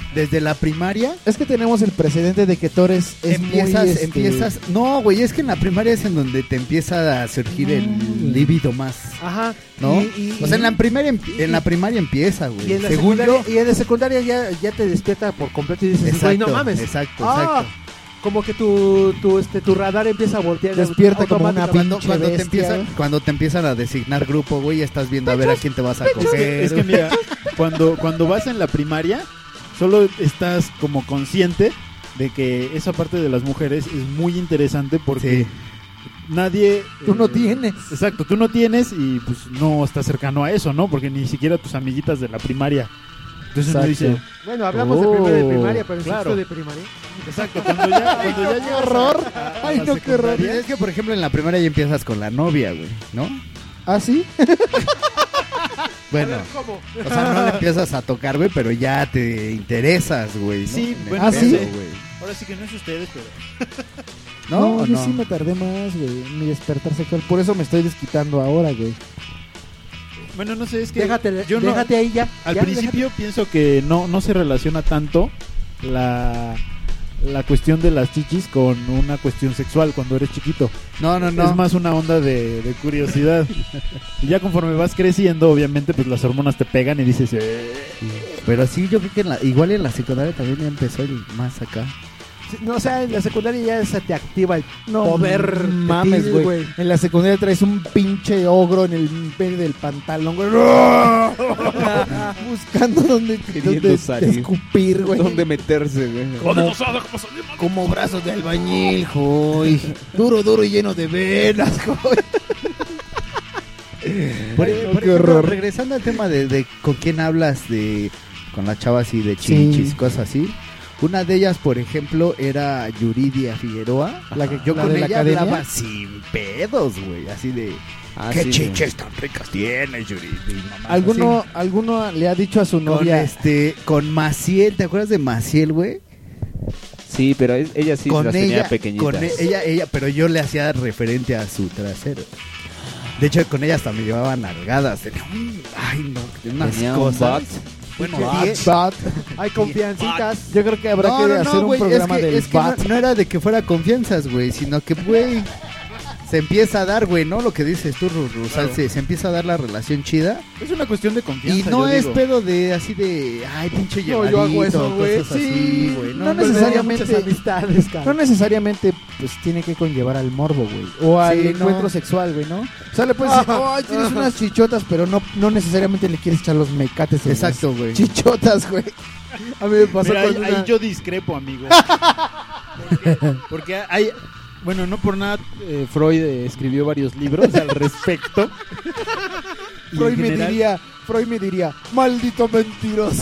desde la primaria. Es que tenemos el precedente de que Torres es empiezas. No, güey, es que en la primaria es en donde te empieza a surgir el líbido más. Ajá. ¿No? Y o sea, en la primaria empieza, güey. Y en la Según secundaria, yo. y en la secundaria ya te despierta por completo y dices, Exacto, güey, no mames. Exacto. Como que tu radar empieza a voltear. Despierta como una automáticamente. cuando te empiezan a designar grupo, güey, ya estás viendo a ver a quién te vas a coger. Es que mira, cuando vas en la primaria, solo estás como consciente de que esa parte de las mujeres es muy interesante porque nadie... Tú no tienes. Exacto, tú no tienes y pues no estás cercano a eso, ¿no? Porque ni siquiera tus amiguitas de la primaria. Entonces uno dice... Bueno, hablamos de primero de primaria, pero en claro. sexto de primaria. Exacto, cuando ya ¡Qué horror! Ay, no, qué horror. Es que, por ejemplo, en la primaria ya empiezas con la novia, güey, ¿no? ¿Ah, sí? Bueno, ¿cómo? o sea, no le empiezas a tocar, güey, pero ya te interesas, güey, ¿no? Sí, En bueno, el ¿sí? pedo, güey. Ahora sí que no es ustedes, pero... No, yo no? sí me tardé más, güey, en mi despertar sexual. Por eso me estoy desquitando ahora, güey. Bueno, no sé, es que Déjate ahí ya. Al ya, principio pienso que no se relaciona tanto la cuestión de las chichis con una cuestión sexual cuando eres chiquito. No. Es más una onda de curiosidad. Y ya conforme vas creciendo, obviamente, pues las hormonas te pegan y dices... Pero sí, yo creo que igual en la secundaria también ya empezó el más acá. No, o sea, en la secundaria ya se te activa el No poder. mames, fetil, güey. En la secundaria traes un pinche ogro en el pene del pantalón, güey. Buscando dónde salir. escupir, güey. ¿Dónde meterse, güey? Como brazos de albañil, güey. Duro y lleno de venas, güey. Por qué ejemplo, horror. regresando al tema de con quién hablas con la chava así de chichis, cosas así. Una de ellas, por ejemplo, era Yuridia Figueroa. La que yo la con de la ella academia. hablaba sin pedos, güey, así de ¿qué sí, chiches tan ricas tienes, Yuridia? ¿Alguno le ha dicho a su novia? Con Maciel, ¿te acuerdas de Maciel, güey? Sí, pero ella sí las tenía pequeñitas. Con ella, pero yo le hacía referente a su trasero. De hecho, con ella hasta me llevaba nalgadas. Tenía unas Tenía un cosas. butt. Bueno, Hay confiancitas. Yo creo que habrá que hacer un güey, programa del es que bat. no era de que fuera confianzas, güey, sino que, güey, se empieza a dar, güey, ¿no? Lo que dices tú, Ruru, o sea, se empieza a dar la relación chida. Es una cuestión de confianza. Y no yo es digo. pedo de así de, ay, pinche llevadito, yo hago eso, güey. cosas Sí, así, güey. no necesariamente- Muchas amistades, No cabrón. necesariamente pues tiene que conllevar al morbo, güey. O al Sí, encuentro no. sexual, güey, ¿no? O sea, le puedes decir, ay, tienes unas chichotas, pero no necesariamente le quieres echar los mecates en Exacto, las güey. chichotas, güey. A mí me pasó Mira, con ahí una... yo discrepo, amigo. Porque hay... Bueno, no por nada Freud escribió varios libros al respecto. Y en general- Freud me diría, maldito mentiroso.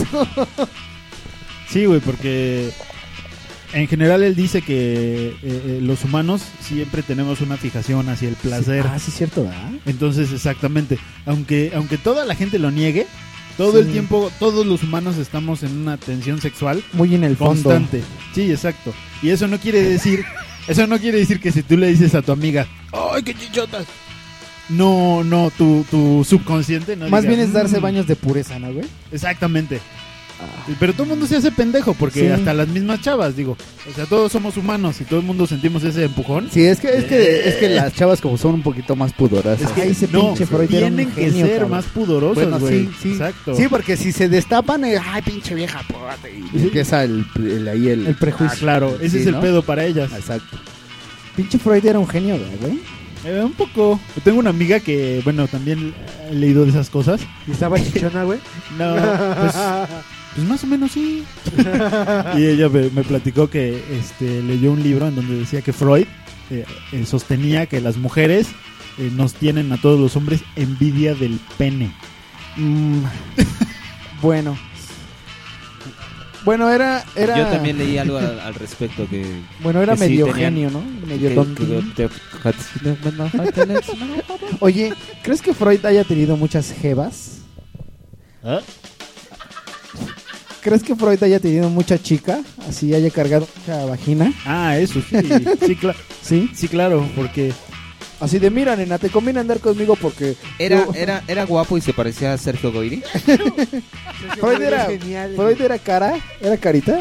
Sí, güey, porque en general él dice que los humanos siempre tenemos una fijación hacia el placer. Sí, cierto, ¿verdad? Entonces, exactamente, aunque toda la gente lo niegue, todo el tiempo, todos los humanos estamos en una tensión sexual Muy en el fondo. constante. Sí, exacto. Y eso no quiere decir que si tú le dices a tu amiga, ¡ay, qué chichotas! No, tu subconsciente no Más diga, bien es darse baños de pureza, ¿no, güey? Exactamente. Pero todo el mundo se hace pendejo porque Sí. hasta las mismas chavas, digo, o sea, todos somos humanos y todo el mundo sentimos ese empujón. Sí, es que las chavas como son un poquito más pudorosas. Ay, ese No, pinche Freud era un tienen que genio, ser cabrón. más pudorosos, Bueno, güey. sí. Exacto. Sí, porque si se destapan, ay, pinche vieja, póngate, y empieza el prejuicio. Claro, ese Sí, es el ¿no? pedo para ellas. Exacto. Pinche Freud era un genio, güey. Un poco. Tengo una amiga que, bueno, también he leído de esas cosas. ¿Y estaba chichona, güey? No, pues más o menos sí. Y ella me platicó que leyó un libro en donde decía que Freud sostenía que las mujeres nos tienen a todos los hombres envidia del pene. Bueno, era... Yo también leí algo al respecto que... Bueno, era que sí medio tenían- genio, ¿no? Medio que- tontín. que- Oye, ¿crees que Freud haya tenido muchas jevas? ¿Ah? ¿Crees que Freud haya tenido mucha chica? Así haya cargado mucha vagina. Ah, eso sí. Sí, ¿Sí? Sí, claro, porque Así de, mira, nena, te conviene andar conmigo porque... Era guapo y se parecía a Sergio Goyri. Freud era cara, era carita.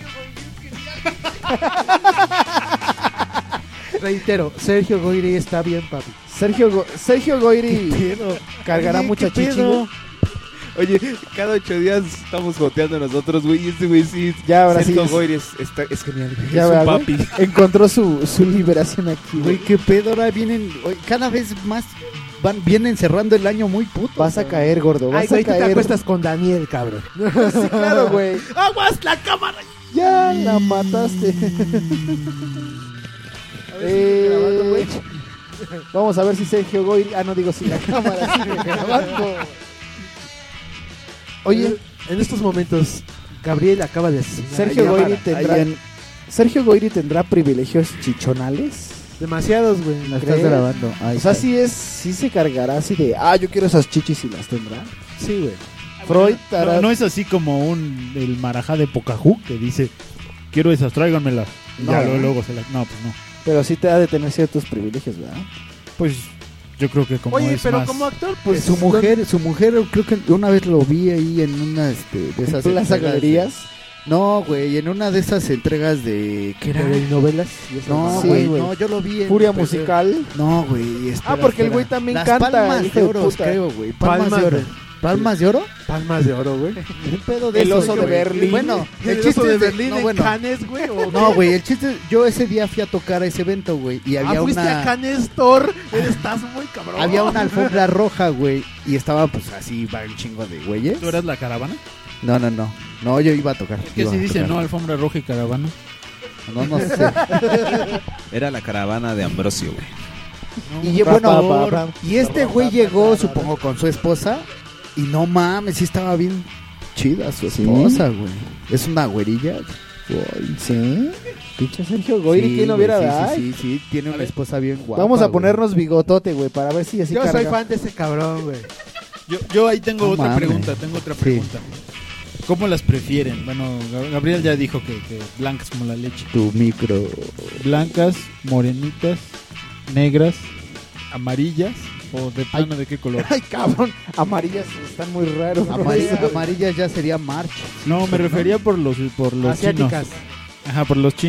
Reitero, Sergio Goyri está bien, papi. Sergio Goyri cargará mucha chichi, güey. Oye, cada 8 días estamos joteando nosotros, güey, y este güey sí. Ya, ahora Sergio sí. Goyri es genial, güey. Ya, es un ¿verdad, papi. güey? Encontró su liberación aquí, Güey, qué pedo, ahora vienen, cada vez más vienen cerrando el año muy puto. Vas a caer, gordo, vas Ay, güey, a tú te caer. acuestas con Daniel, cabrón. Sí, claro, güey. ¡Aguas la cámara! Ya la mataste. grabando, güey. Vamos a ver si Sergio Goyri... Ah, no digo si la cámara sigue grabando. Oye, en estos momentos, Gabriel acaba de asesinar Sergio Goyri tendrá privilegios chichonales. demasiados, güey. La estás grabando. Ahí O sea, está. sí se cargará así de, yo quiero esas chichis y las tendrá. Sí, güey. Freud hará... No es así como el marajá de Pocahú que dice, quiero esas, tráiganmelas. No, Ya, ¿no? luego se las... No, pues no. Pero sí te ha de tener ciertos privilegios, ¿verdad? Pues yo creo que como Oye, es pero más... como actor, Pues pues su mujer, creo que una vez lo vi ahí en una de esas Plaza entregas Galerías. No, güey, en una de esas entregas de... ¿Qué era? de novelas. No, Sí, güey, güey. no, yo lo vi en... Furia pues, musical. No, güey. Porque el güey también Las canta. Palmas hijo de de Oro, puta. creo, güey. Palmas de Oro. güey. ¿Palmas de Oro? Palmas de oro, güey. Un pedo de El eso, oso de güey. Berlín. Bueno, ¿El chiste oso de es Berlín no, en bueno. Cannes, güey? ¿o No, qué? güey, el chiste, yo ese día fui a tocar a ese evento, güey, y había fuiste una... a Cannes, Thor. Estás muy cabrón. Había una alfombra roja, güey, y estaba pues así, va un chingo de güeyes. ¿Tú eras la caravana? No, yo iba a tocar. ¿Qué iba si a dice, tocar. no, alfombra roja y caravana? No sé. Era la caravana de Ambrosio, güey. Y bueno, y este güey llegó, supongo, con su esposa, y no mames, sí estaba bien chida su esposa, güey. Es una güerilla. Güey. Sí. Pinche Sergio Goyri, ¿quién no güey, hubiera? sí, tiene una esposa bien guapa. Vamos a güey. ponernos bigotote, güey, para ver si así Yo carga. soy fan de ese cabrón, güey. Yo ahí tengo No otra mames. pregunta, ¿Cómo las prefieren? Bueno, Gabriel ya dijo que blancas como la leche. Tu micro. Blancas, morenitas, negras, amarillas o de plano de qué color. Ay, cabrón, amarillas están muy raros. Amarillas ya sería March. No, me refería por los chinos. Asiáticas. Ajá, por los chinos.